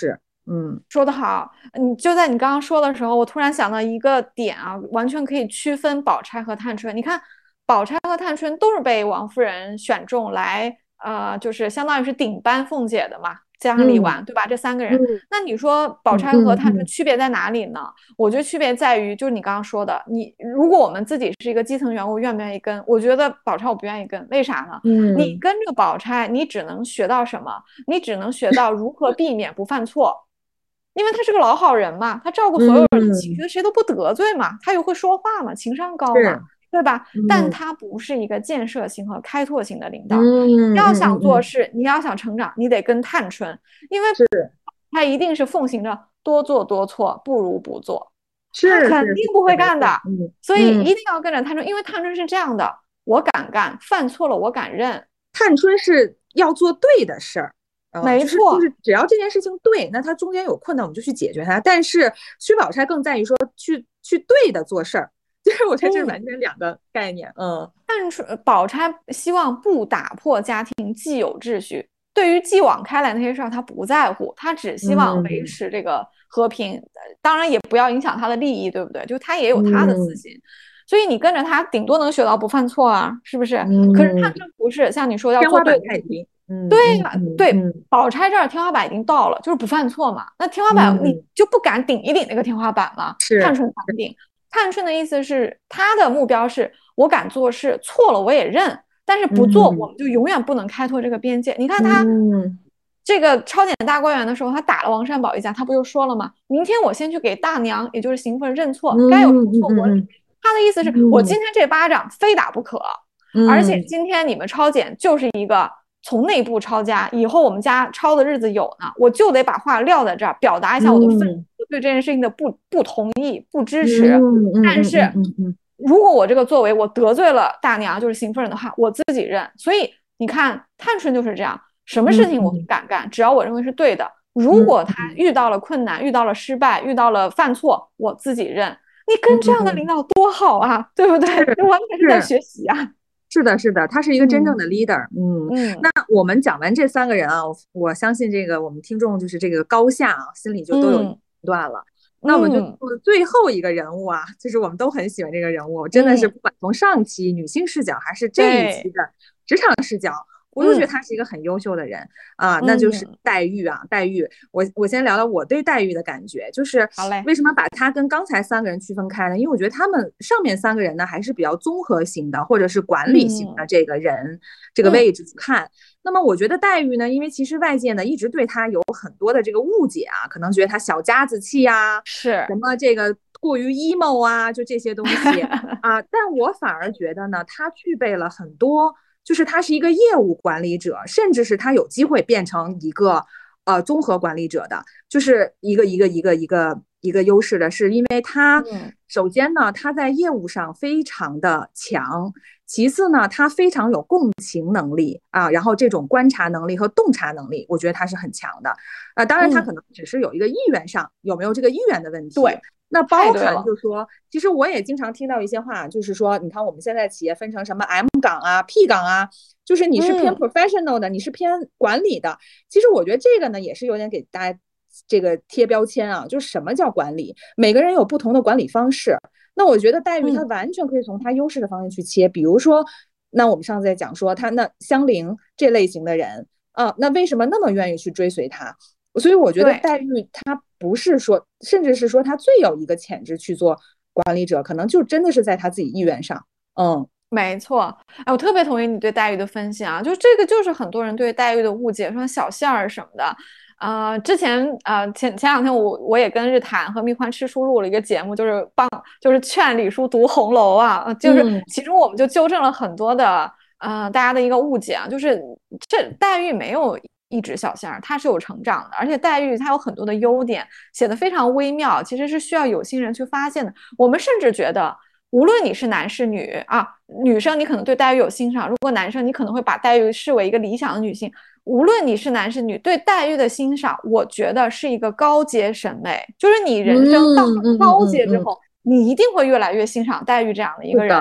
说得好。就在你刚刚说的时候，我突然想到一个点啊，完全可以区分宝钗和探春。你看，宝钗和探春都是被王夫人选中来，就是相当于是顶班凤姐的嘛，加上李纨，对吧？这三个人，那你说宝钗和探春区别在哪里呢？我觉得区别在于，就是你刚刚说的，如果我们自己是一个基层员工，愿不愿意跟？我觉得宝钗我不愿意跟，为啥呢？你跟这个宝钗，你只能学到什么？你只能学到如何避免不犯错。因为他是个老好人嘛，他照顾所有人的情绪，谁都不得罪嘛，他又会说话嘛，情商高嘛，对吧？但他不是一个建设性和开拓性的领导。要想做事，你要想成长，你得跟探春，因为他一定是奉行着多做多错不如不做，他肯定不会干的，所以一定要跟着探春，因为探春是这样的，我敢干，犯错了我敢认。 探春是要做对的事儿。 没错， 就是只要这件事情对，那它中间有困难，我们就去解决它。但是薛宝钗更在于说去对的做事儿，就是我觉得这是完全两个概念。 但是宝钗希望不打破家庭既有秩序，对于继往开来那些事儿，她不在乎，她只希望维持这个和平，当然也不要影响她的利益，对不对？就她也有她的私心。所以你跟着她，顶多能学到不犯错啊，是不是？可是探春不是，像你说要做对的。对呀，对，宝钗这儿天花板已经到了，就是不犯错嘛。那天花板你就不敢顶一顶那个天花板吗？探春敢顶。探春的意思是，她的目标是我敢做事，错了我也认，但是不做我们就永远不能开拓这个边界。你看她这个抄检大观园的时候，她打了王善保一架，她不就说了吗？明天我先去给大娘，也就是邢夫人认错，该有什么错我领。她的意思是我今天这巴掌非打不可，而且今天你们抄检就是一个从内部抄家，以后我们家抄的日子有呢，我就得把话撂在这儿，表达一下我的愤怒，对这件事情的不同意、不支持。但是，如果我这个作为我得罪了大娘，就是邢夫人的话，我自己认。所以你看，探春就是这样，什么事情我都敢干，只要我认为是对的。如果他遇到了困难、遇到了失败、遇到了犯错，我自己认。你跟这样的领导多好啊，对不对？完全是在学习啊。 是的，是的，他是一个真正的 leader。那我们讲完这三个人啊，我相信这个我们听众就是这个高下啊，心里就都有判断了。那我们就做最后一个人物啊，就是我们都很喜欢这个人物，真的是不管从上期女性视角还是这一期的职场视角，我都觉得他是一个很优秀的人啊，那就是黛玉啊。黛玉，我先聊聊我对黛玉的感觉，就是为什么把他跟刚才三个人区分开呢？因为我觉得他们上面三个人呢还是比较综合型的，或者是管理型的这个人这个位置去看。那么我觉得黛玉呢，因为其实外界呢一直对她有很多的这个误解啊，可能觉得她小家子气啊， 是什么这个过于 emo 啊，就这些东西啊。但我反而觉得呢，她具备了很多。就是他是一个业务管理者，甚至是他有机会变成一个综合管理者的，就是一个优势的是，因为他首先呢，他在业务上非常的强，其次呢，他非常有共情能力啊，然后这种观察能力和洞察能力，我觉得他是很强的。当然他可能只是有一个意愿上有没有这个意愿的问题。 对。 那包含就是说，其实我也经常听到一些话，就是说，你看我们现在企业分成什么 M 岗啊、P 岗啊，就是你是偏 professional 的，你是偏管理的。其实我觉得这个呢，也是有点给大家这个贴标签啊，就是什么叫管理？每个人有不同的管理方式。那我觉得黛玉她完全可以从她优势的方向去切，比如说，那我们上次在讲说，她那香菱这类型的人啊，那为什么那么愿意去追随她？所以我觉得黛玉她不是说，甚至是说她最有一个潜质去做管理者，可能就真的是在她自己意愿上。 没错。哎，我特别同意你对黛玉的分析啊，就这个就是很多人对黛玉的误解，说小馅儿什么的。之前前两天我也跟日坛和蜜獾吃书录了一个节目，就是劝李叔读红楼啊，就是其中我们就纠正了很多的大家的一个误解啊，就是这黛玉没有一直小馅儿，她是有成长的，而且黛玉她有很多的优点，写得非常微妙，其实是需要有心人去发现的。我们甚至觉得，无论你是男是女啊，女生你可能对黛玉有欣赏，如果男生你可能会把黛玉视为一个理想的女性。无论你是男是女，对黛玉的欣赏，我觉得是一个高阶审美，就是你人生到了高阶之后，你一定会越来越欣赏黛玉这样的一个人。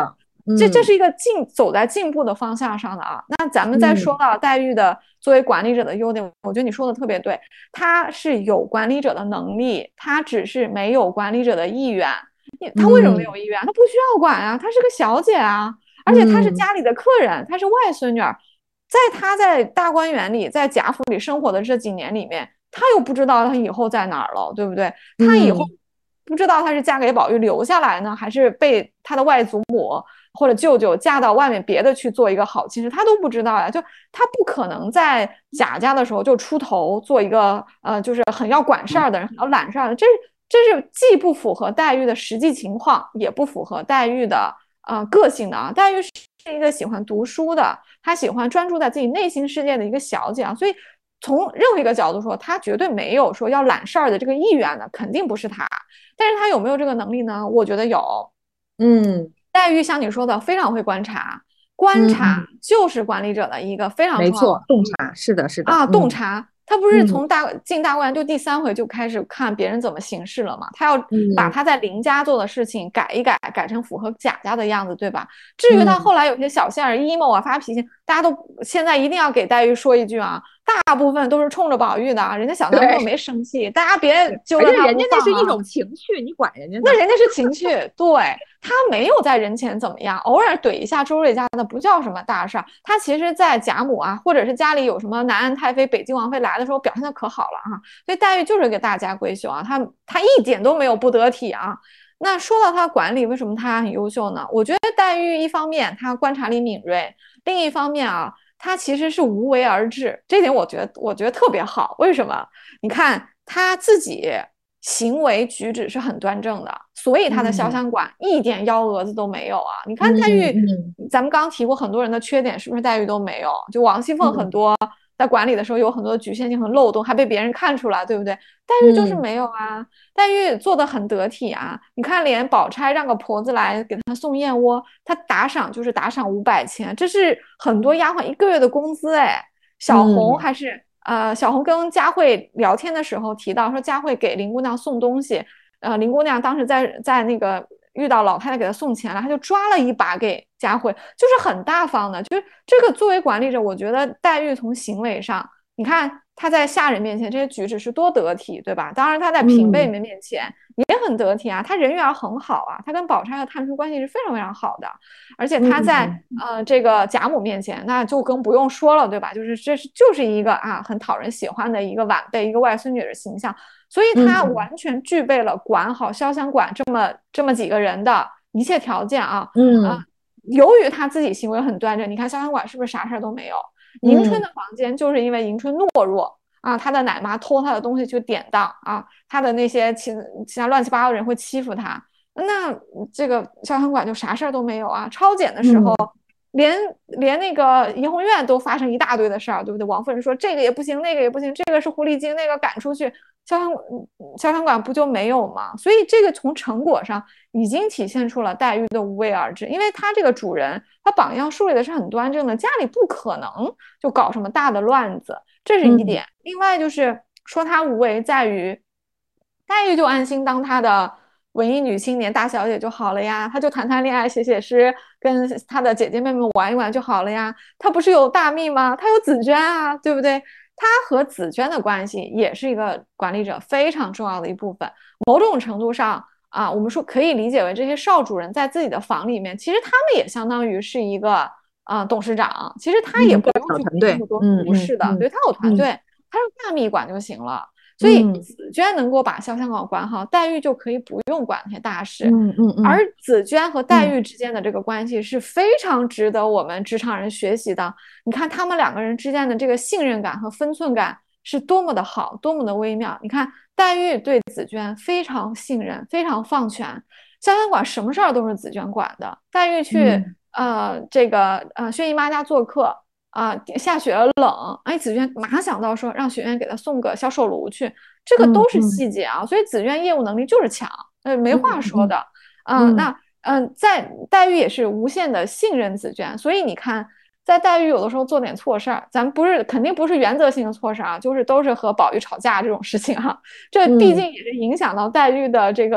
这是一个走在进步的方向上的啊。那咱们再说到黛玉的作为管理者的优点，我觉得你说的特别对，他是有管理者的能力，他只是没有管理者的意愿。他为什么没有意愿？他不需要管啊，他是个小姐啊，而且他是家里的客人，他是外孙女儿。他在大观园里，在贾府里生活的这几年里面，他又不知道他以后在哪儿了，对不对？他以后不知道他是嫁给宝玉留下来呢，还是被他的外祖母或者舅舅嫁到外面别的去做一个好亲事，他都不知道呀。就他不可能在贾家的时候就出头做一个就是很要管事儿的人，很要揽事儿的。这是既不符合黛玉的实际情况，也不符合黛玉的个性的啊。黛玉是一个喜欢读书的，她喜欢专注在自己内心世界的一个小姐啊，所以从任何一个角度说，她绝对没有说要揽事儿的这个意愿的，肯定不是她。但是她有没有这个能力呢？我觉得有。黛玉像你说的，非常会观察，观察就是管理者的一个非常重要的， 没错，洞察，是的，是的啊，洞察。他不是从进大观园就第3回就开始看别人怎么行事了嘛？他要把他在林家做的事情改一改，改成符合贾家的样子，对吧？至于他后来有些小线儿 emo 啊，发脾气，大家都现在一定要给黛玉说一句啊，大部分都是冲着宝玉的，人家小男朋友没生气，大家别揪着他不放啊。 人家那是一种情绪，你管人家呢？ 那人家是情绪，对，他没有在人前怎么样，偶尔怼一下周瑞家的不叫什么大事儿。他其实，在贾母啊，或者是家里有什么南安太妃、北京王妃来的时候，表现的可好了啊。所以黛玉就是个大家闺秀啊，她一点都没有不得体啊。那说到她管理，为什么她很优秀呢？我觉得黛玉一方面她观察力敏锐，另一方面啊，她其实是无为而治，这点我觉得特别好。为什么？你看她自己行为举止是很端正的，所以他的潇湘馆一点幺蛾子都没有啊！你看黛玉，咱们刚提过很多人的缺点，是不是黛玉都没有？就王熙凤很多在管理的时候有很多局限性和漏洞，还被别人看出来，对不对？黛玉就是没有啊，黛玉做的很得体啊！你看，连宝钗让个婆子来给她送燕窝，她打赏就是打赏500钱，这是很多丫鬟1个月的工资哎。小红还是。小红跟佳慧聊天的时候提到说，佳慧给林姑娘送东西，林姑娘当时在那个遇到老太太给她送钱了，她就抓了一把给佳慧，就是很大方的。就是这个作为管理者，我觉得黛玉从行为上，你看她在下人面前这些举止是多得体，对吧？当然她在平辈们面前也很得体啊，她人缘很好啊，她跟宝钗和探春关系是非常非常好的。而且他在这个贾母面前，那就更不用说了，对吧？就是一个很讨人喜欢的一个晚辈，一个外孙女的形象，所以他完全具备了管好潇湘馆这么几个人的一切条件啊。由于他自己行为很端正，你看潇湘馆是不是啥事儿都没有？迎春的房间就是因为迎春懦弱啊，他的奶妈偷他的东西去典当啊，他的那些其他乱七八糟的人会欺负他。那这个潇湘馆就啥事儿都没有啊！抄检的时候，连那个怡红院都发生一大堆的事儿，对不对？王夫人说这个也不行，那个也不行，这个是狐狸精，那个赶出去，潇湘馆不就没有吗？所以这个从成果上已经体现出了黛玉的无为而治，因为她这个主人，她榜样树立的是很端正的，家里不可能就搞什么大的乱子，这是一点。另外就是说她无为在于，黛玉就安心当她的文艺女青年大小姐就好了呀，她就谈谈恋爱写写诗，跟她的姐姐妹妹玩一玩就好了呀。她不是有大蜜吗？她有紫娟啊，对不对？她和紫娟的关系也是一个管理者非常重要的一部分。某种程度上啊，我们说可以理解为这些少主人在自己的房里面，其实他们也相当于是一个董事长，其实他也不用去那么多服饰的，对，他有团队，他是大蜜管就行了。所以紫娟能够把潇湘馆管好，黛玉就可以不用管那些大事。而紫娟和黛玉之间的这个关系是非常值得我们职场人学习的。你看他们2个人之间的这个信任感和分寸感是多么的好，多么的微妙。你看黛玉对紫娟非常信任，非常放权，潇湘馆什么事儿都是紫娟管的。黛玉去薛姨妈家做客。下雪了冷，紫娟马上想到说让雪鸯给她送个小手炉去，这个都是细节啊，所以紫娟业务能力就是强，没话说的。在黛玉也是无限的信任紫娟，所以你看，在黛玉有的时候做点错事儿，咱肯定不是原则性的错事啊，就是都是和宝玉吵架这种事情这毕竟也是影响到黛玉的这个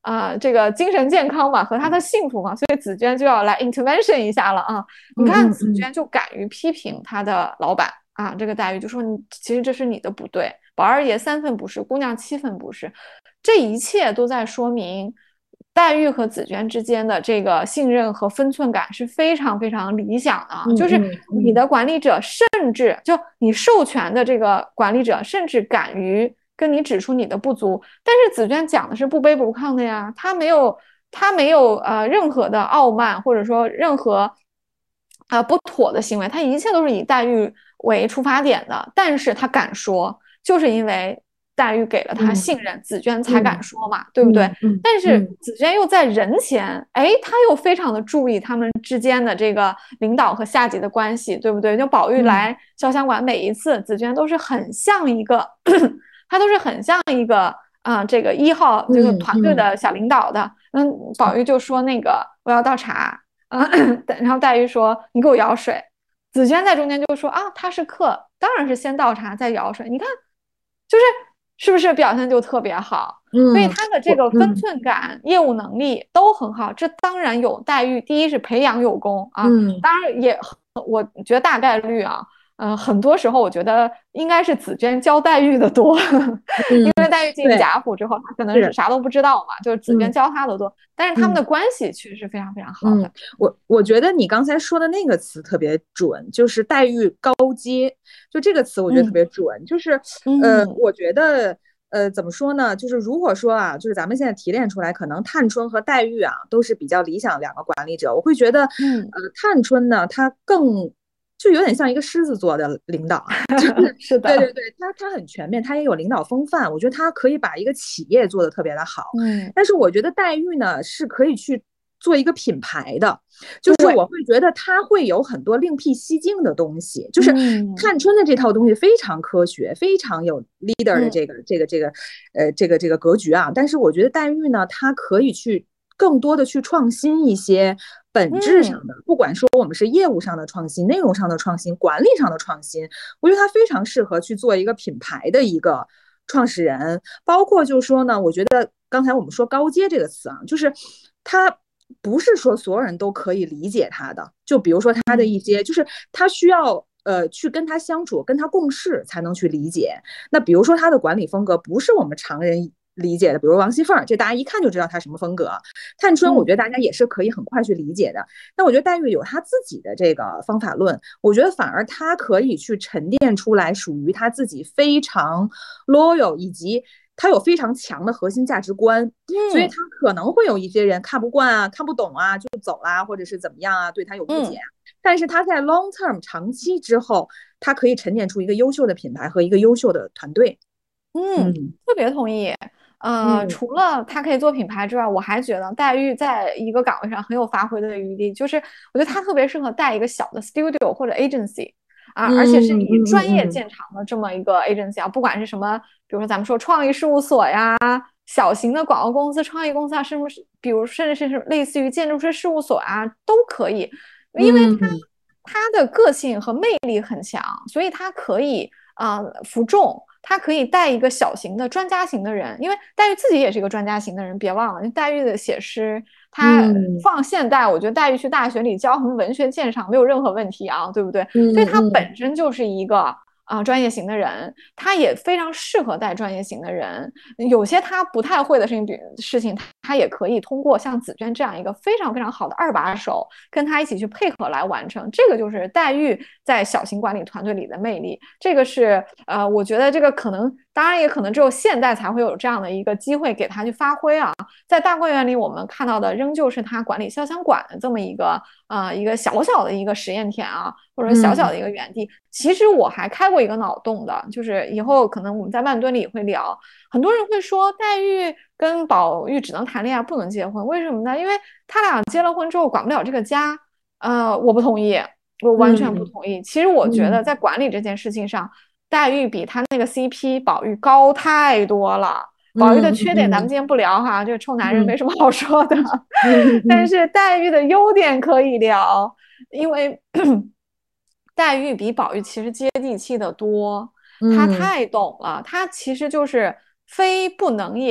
这个精神健康嘛和他的幸福嘛，所以紫娟就要来 intervention 一下了啊。你看紫娟就敢于批评他的老板啊，这个黛玉就说你其实这是你的不对，宝二爷3分不是，姑娘7分不是，这一切都在说明黛玉和紫娟之间的这个信任和分寸感是非常非常理想的啊。就是你的管理者甚至就你授权的这个管理者甚至敢于跟你指出你的不足，但是紫娟讲的是不卑不亢的呀，她没有任何的傲慢或者说任何不妥的行为，她一切都是以黛玉为出发点的，但是她敢说，就是因为黛玉给了她信任，紫娟才敢说嘛，对不对？但是紫娟又在人前，哎，她又非常的注意他们之间的这个领导和下级的关系，对不对？就宝玉来潇湘馆每一次，紫娟都是很像一个她都是很像一个这个1号这个团队的小领导的。宝玉就说那个我要倒茶然后黛玉说你给我舀水，紫娟在中间就说他是客，当然是先倒茶再舀水。你看，是不是表现就特别好？所以他的这个分寸感、业务能力都很好。这当然有黛玉，第一是培养有功啊，当然也我觉得大概率啊。很多时候我觉得应该是紫娟教黛玉的多，因为黛玉进贾府之后，她可能是啥都不知道嘛，就是紫娟教她的多。但是他们的关系确实是非常非常好的。 我觉得你刚才说的那个词特别准，就是黛玉高阶，就这个词我觉得特别准。就是我觉得怎么说呢？就是如果说啊，就是咱们现在提炼出来，可能探春和黛玉啊都是比较理想2个管理者。我会觉得，探春呢，她更就有点像一个狮子座的领导啊， 是的， 对，他很全面，他也有领导风范，我觉得他可以把一个企业做得特别的好。但是我觉得黛玉呢是可以去做一个品牌的，就是我会觉得他会有很多另辟蹊径的东西，就是探春的这套东西非常科学，非常有 leader 的这个格局啊。但是我觉得黛玉呢，她可以去更多的去创新一些本质上的，不管说我们是业务上的创新、内容上的创新、管理上的创新，我觉得他非常适合去做一个品牌的一个创始人。包括就是说呢，我觉得刚才我们说高阶这个词啊，就是他不是说所有人都可以理解他的，就比如说他的一些，就是他需要去跟他相处、跟他共事才能去理解。那比如说他的管理风格不是我们常人理解的，比如王熙凤，这大家一看就知道她什么风格。探春，我觉得大家也是可以很快去理解的。那我觉得黛玉有她自己的这个方法论，我觉得反而她可以去沉淀出来属于她自己非常 loyal， 以及她有非常强的核心价值观。所以她可能会有一些人看不惯啊、看不懂啊，就走啦，或者是怎么样啊，对她有误解。但是她在 long term 长期之后，她可以沉淀出一个优秀的品牌和一个优秀的团队。 特别同意。除了他可以做品牌之外，我还觉得黛玉在一个岗位上很有发挥的余地，就是我觉得她特别适合带一个小的 studio 或者 agency 而且是以专业见长的这么一个 agency 啊，不管是什么，比如说咱们说创意事务所呀、小型的广告公司、创意公司啊，甚至是类似于建筑师事务所啊，都可以，因为他的个性和魅力很强，所以他可以服众。他可以带一个小型的专家型的人，因为黛玉自己也是一个专家型的人，别忘了，黛玉的写诗，他放现代，我觉得黛玉去大学里教什么文学鉴赏没有任何问题啊，对不对？所以他本身就是一个专业型的人，他也非常适合带专业型的人。有些他不太会的事情，他也可以通过像紫娟这样一个非常非常好的2把手，跟他一起去配合来完成。这个就是黛玉在小型管理团队里的魅力。这个是我觉得这个可能，当然也可能只有现代才会有这样的一个机会给他去发挥啊。在大观园里，我们看到的仍旧是他管理潇湘馆的这么一个小小的一个实验田啊，或者小小的一个园地。其实我还开过一个脑洞的，就是以后可能我们在慢蹲里会聊，很多人会说黛玉跟宝玉只能谈恋爱不能结婚，为什么呢？因为他俩结了婚之后管不了这个家。我不同意，我完全不同意。其实我觉得在管理这件事情上，黛玉比他那个 CP 宝玉高太多了。宝玉的缺点咱们今天不聊哈，这个臭男人没什么好说的。但是黛玉的优点可以聊，因为黛玉比宝玉其实接地气的多，她太懂了，她其实就是非不能也，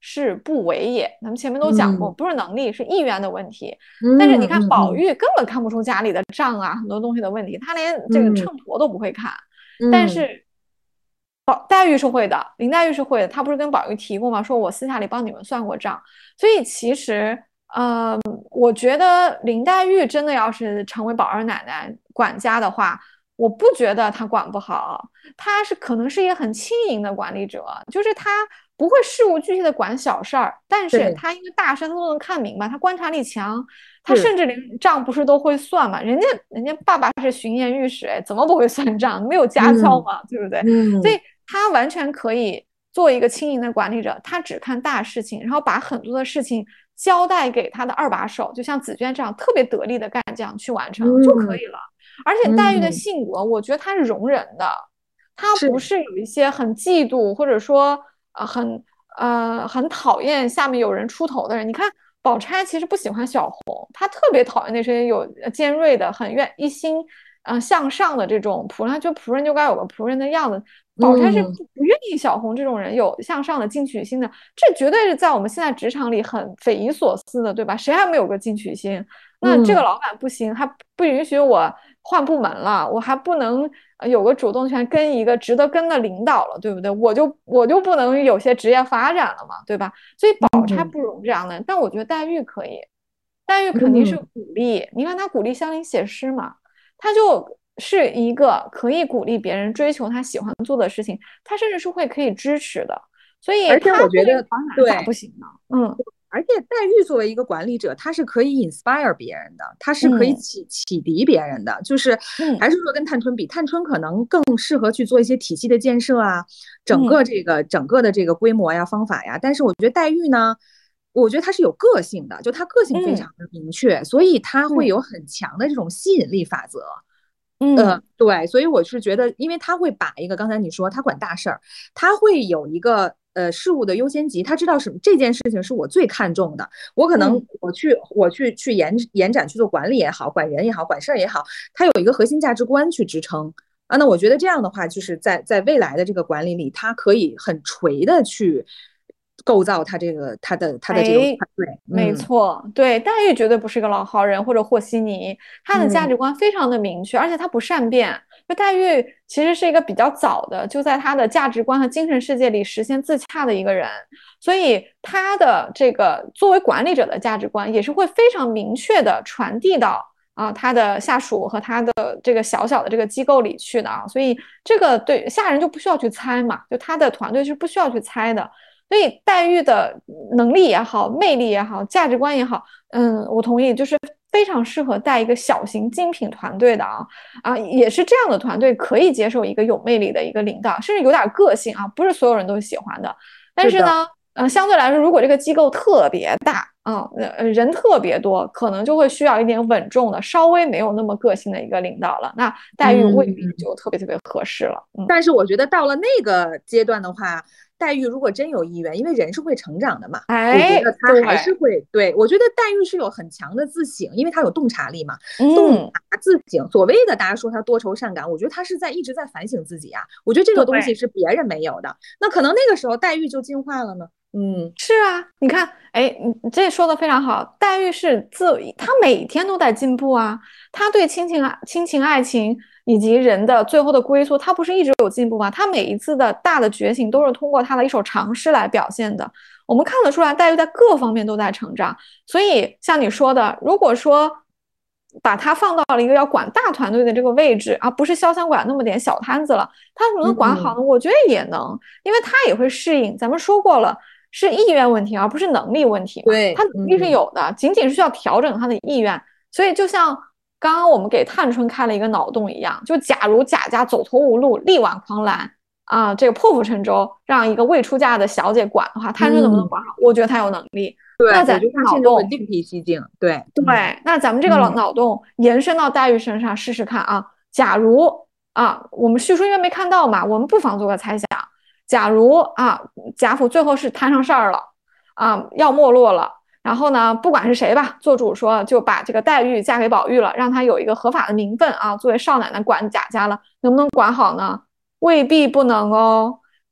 是不为也。咱们前面都讲过，不是能力，是意愿的问题。但是你看宝玉根本看不出家里的账啊，很多东西的问题，他连这个秤砣都不会看。但是黛玉是会的，林黛玉是会的，她不是跟宝玉提过吗？说我私下里帮你们算过账。所以其实我觉得林黛玉真的要是成为宝二奶奶管家的话，我不觉得她管不好，她可能是一个很轻盈的管理者，就是她不会事无巨细的管小事儿，但是她因为大事她都能看明白，她观察力强，她甚至连账不是都会算嘛？人家爸爸是巡盐御史，怎么不会算账？没有家教嘛，对不对？所以她完全可以做一个轻盈的管理者，她只看大事情，然后把很多的事情交代给他的二把手，就像紫娟这样特别得力的干将去完成就可以了。而且黛玉的性格，我觉得她是容忍的，她不是有一些很嫉妒或者说很讨厌下面有人出头的人。你看宝钗其实不喜欢小红，她特别讨厌那些有尖锐的、很一心向上的这种仆人，就仆人就该有个仆人的样子。宝钗是不愿意小红这种人有向上的进取心的，这绝对是在我们现在职场里很匪夷所思的，对吧？谁还没有个进取心？那这个老板不行，还不允许我换部门了，我还不能有个主动权跟一个值得跟的领导了，对不对？我就不能有些职业发展了嘛，对吧？所以宝钗不容这样的，但我觉得黛玉可以，黛玉肯定是鼓励。你看她鼓励香菱写诗嘛，她就是一个可以鼓励别人追求他喜欢做的事情，他甚至是可以支持的。所以而且我觉得对不行的， 而且黛玉作为一个管理者，她是可以 inspire 别人的，她是可以启迪别人的。就是还是说跟探春比，探春可能更适合去做一些体系的建设啊，整个的这个规模呀、方法呀。但是我觉得黛玉呢，我觉得她是有个性的，就她个性非常的明确，所以她会有很强的这种吸引力法则。对，所以我是觉得，因为他会把一个刚才你说他管大事儿，他会有一个事物的优先级，他知道这件事情是我最看重的，我可能我去延展去做管理也好，管人也好，管事儿也好，他有一个核心价值观去支撑啊。那我觉得这样的话，就是在未来的这个管理里，他可以很垂的去构造他的这个团队。 没错，对，黛玉绝对不是个老好人或者和稀泥，她的价值观非常的明确，而且她不善变。就黛玉其实是一个比较早的，就在她的价值观和精神世界里实现自洽的一个人，所以她的这个作为管理者的价值观也是会非常明确的传递到他的下属和他的这个小小的这个机构里去的啊，所以这个对下人就不需要去猜嘛，就他的团队是不需要去猜的。所以黛玉的能力也好，魅力也好，价值观也好，我同意，就是非常适合带一个小型精品团队的也是这样的团队可以接受一个有魅力的一个领导，甚至有点个性啊，不是所有人都喜欢的。但是呢，相对来说，如果这个机构特别大人特别多，可能就会需要一点稳重的，稍微没有那么个性的一个领导了。那黛玉未必就特别特别合适了。 但是我觉得到了那个阶段的话，黛玉如果真有意愿，因为人是会成长的嘛，我觉得她还是会对。我觉得黛玉是有很强的自省，因为她有洞察力嘛，洞察自省。所谓的大家说她多愁善感，我觉得她是一直在反省自己啊。我觉得这个东西是别人没有的，那可能那个时候黛玉就进化了呢。 是啊，你看，你这说的非常好。黛玉是她每天都在进步啊，她对亲情、爱情以及人的最后的归宿，她不是一直有进步吗？她每一次的大的觉醒都是通过她的一首长诗来表现的。我们看得出来，黛玉在各方面都在成长。所以像你说的，如果说把她放到了一个要管大团队的这个位置不是潇湘管那么点小摊子了，她能不能管好呢？我觉得也能，因为她也会适应。咱们说过了。是意愿问题，而不是能力问题嘛。 对， 他能力是有的，仅仅是需要调整他的意愿。所以就像刚刚我们给探春开了一个脑洞一样，就假如贾家走投无路，力挽狂澜这个破釜沉舟，让一个未出嫁的小姐管的话，探春能不能管好？我觉得她有能力。 对， 那咱们脑洞另辟蹊径。对， 那咱们这个脑洞延伸到黛玉身上试试看啊。假如我们叙述因为没看到嘛，我们不妨做个猜想。假如贾府最后是摊上事儿了要没落了，然后呢，不管是谁吧，做主说就把这个黛玉嫁给宝玉了，让她有一个合法的名分作为少奶奶管贾家了，能不能管好呢？未必不能哦。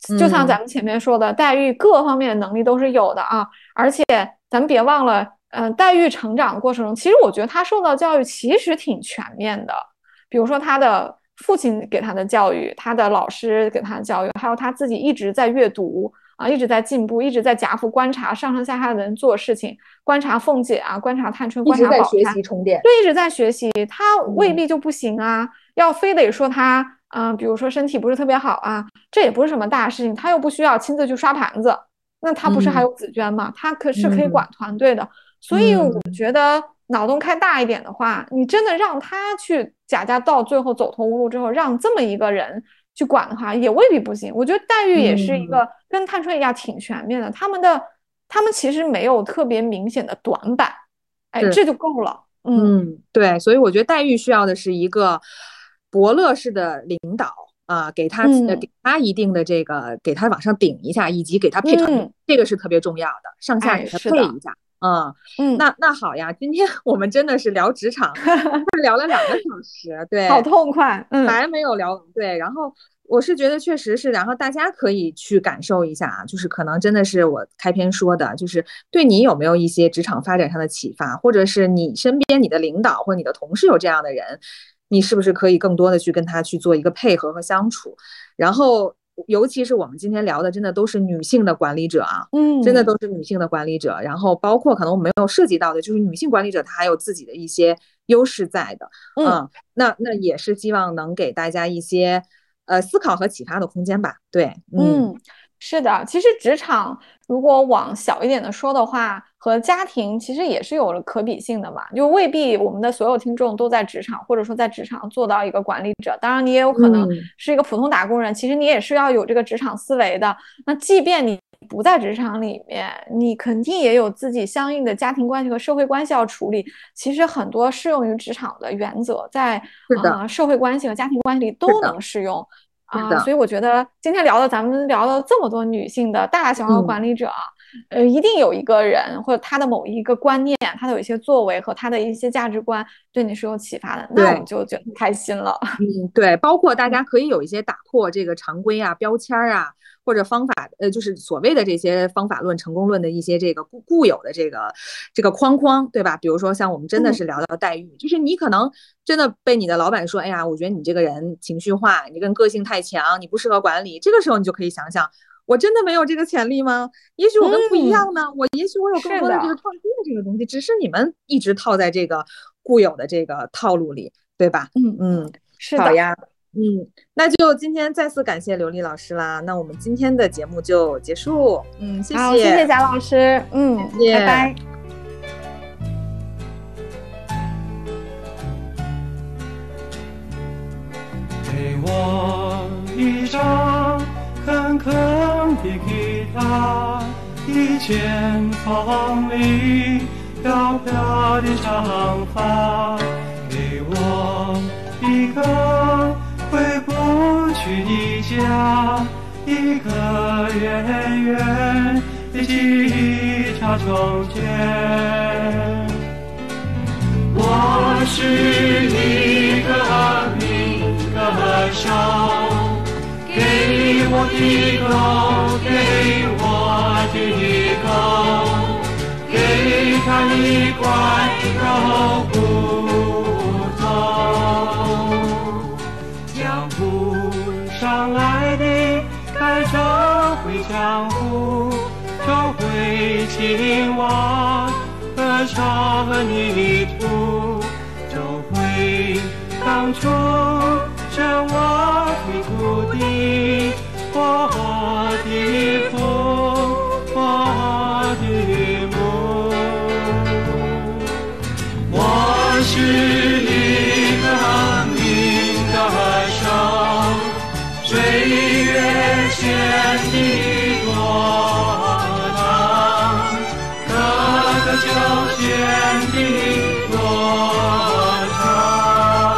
就像咱们前面说的，黛玉各方面的能力都是有的啊，而且咱们别忘了，黛玉成长的过程中，其实我觉得她受到教育其实挺全面的，比如说她的父亲给她的教育，她的老师给她的教育，还有她自己一直在阅读啊，一直在进步，一直在贾府观察上上下下的人做事情，观察凤姐啊，观察探春，观察宝钗， 一直在学习充电， 对，一直在学习，她未必就不行啊，要非得说她比如说身体不是特别好啊，这也不是什么大事情，她又不需要亲自去刷盘子，那她不是还有紫娟吗？她可以管团队的，所以我觉得脑洞开大一点的话，你真的让她去贾家到最后走投无路之后，让这么一个人去管的话，也未必不行。我觉得黛玉也是一个跟探春一样挺全面的，他们其实没有特别明显的短板，哎，这就够了。 对，所以我觉得黛玉需要的是一个伯乐式的领导啊，给他一定的这个，给他往上顶一下，以及给他配场，这个是特别重要的，上下给他配一下。那好呀，今天我们真的是聊职场，聊了2个小时，对， 好痛快， 还没有聊对，然后我是觉得确实是，然后大家可以去感受一下啊，就是可能真的是我开篇说的，就是对你有没有一些职场发展上的启发，或者是你身边你的领导或者你的同事有这样的人，你是不是可以更多的去跟他去做一个配合和相处，然后尤其是我们今天聊的真的都是女性的管理者啊，真的都是女性的管理者，然后包括可能我们没有涉及到的，就是女性管理者她还有自己的一些优势在的，那也是希望能给大家一些思考和启发的空间吧。对， 是的，其实职场如果往小一点的说的话，和家庭其实也是有了可比性的嘛，就未必我们的所有听众都在职场，或者说在职场做到一个管理者，当然你也有可能是一个普通打工人，其实你也是要有这个职场思维的。那即便你不在职场里面，你肯定也有自己相应的家庭关系和社会关系要处理。其实很多适用于职场的原则，在社会关系和家庭关系里都能适用。所以我觉得今天咱们聊了这么多女性的大大小小的管理者，一定有一个人或者他的某一个观念，他的有一些作为和他的一些价值观对你是有启发的，那我们就觉得开心了。 对，包括大家可以有一些打破这个常规啊、标签啊，或者方法，就是所谓的这些方法论、成功论的一些这个固有的这个框框，对吧？比如说像我们真的是聊到黛玉，就是你可能真的被你的老板说，哎呀，我觉得你这个人情绪化，你跟个性太强，你不适合管理。这个时候你就可以想想，我真的没有这个潜力吗？也许我跟不一样呢，也许我有更多的这个创新的这个东西，只是你们一直套在这个固有的这个套路里，对吧？ 是的。 好呀。那就今天再次感谢刘丽老师啦。那我们今天的节目就结束。谢谢。 好，谢谢贾老师。拜拜。 给我一张坑坑的吉他，一件锋利飘飘的长发，给我一个回不去的家，一个远远的记插从前。我是一个民歌手，给我的狗，给我的狗，给它一块肉骨头。江湖上来的开车回江湖，就会青蛙和沙和泥土，就会当初生我的土地，我的父，我的母。我是一个民歌手，岁月前的多长，哥哥就前的多长。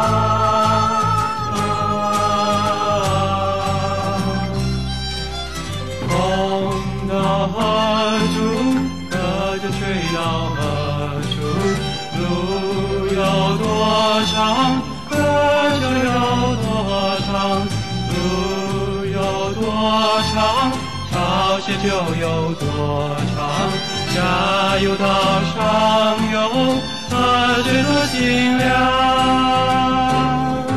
风到何处，歌就吹到何处，路有多长，歌就有多长，路有多多长，潮汐就有多长。下游到上游，河水多清凉。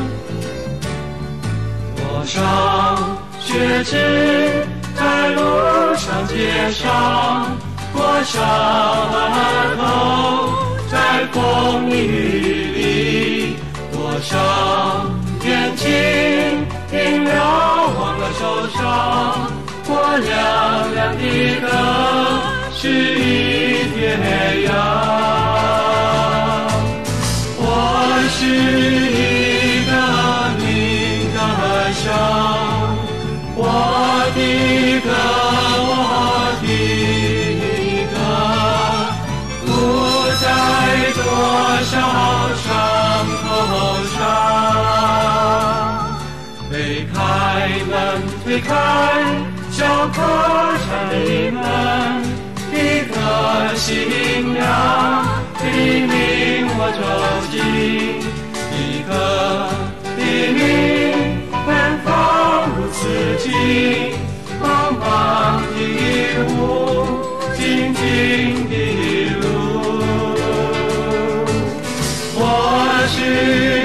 多少雪枝在路上结上，多少额头在风里雨里，多少眼睛停了忘了受伤，我亮亮的歌是一天阳。我是一个民歌声，我的歌，我的歌，不在多少伤口上。推开门，推开小客栈的门，一颗心亮，黎明我走进，一颗黎明远方如此近，茫茫的路，静静的路，我是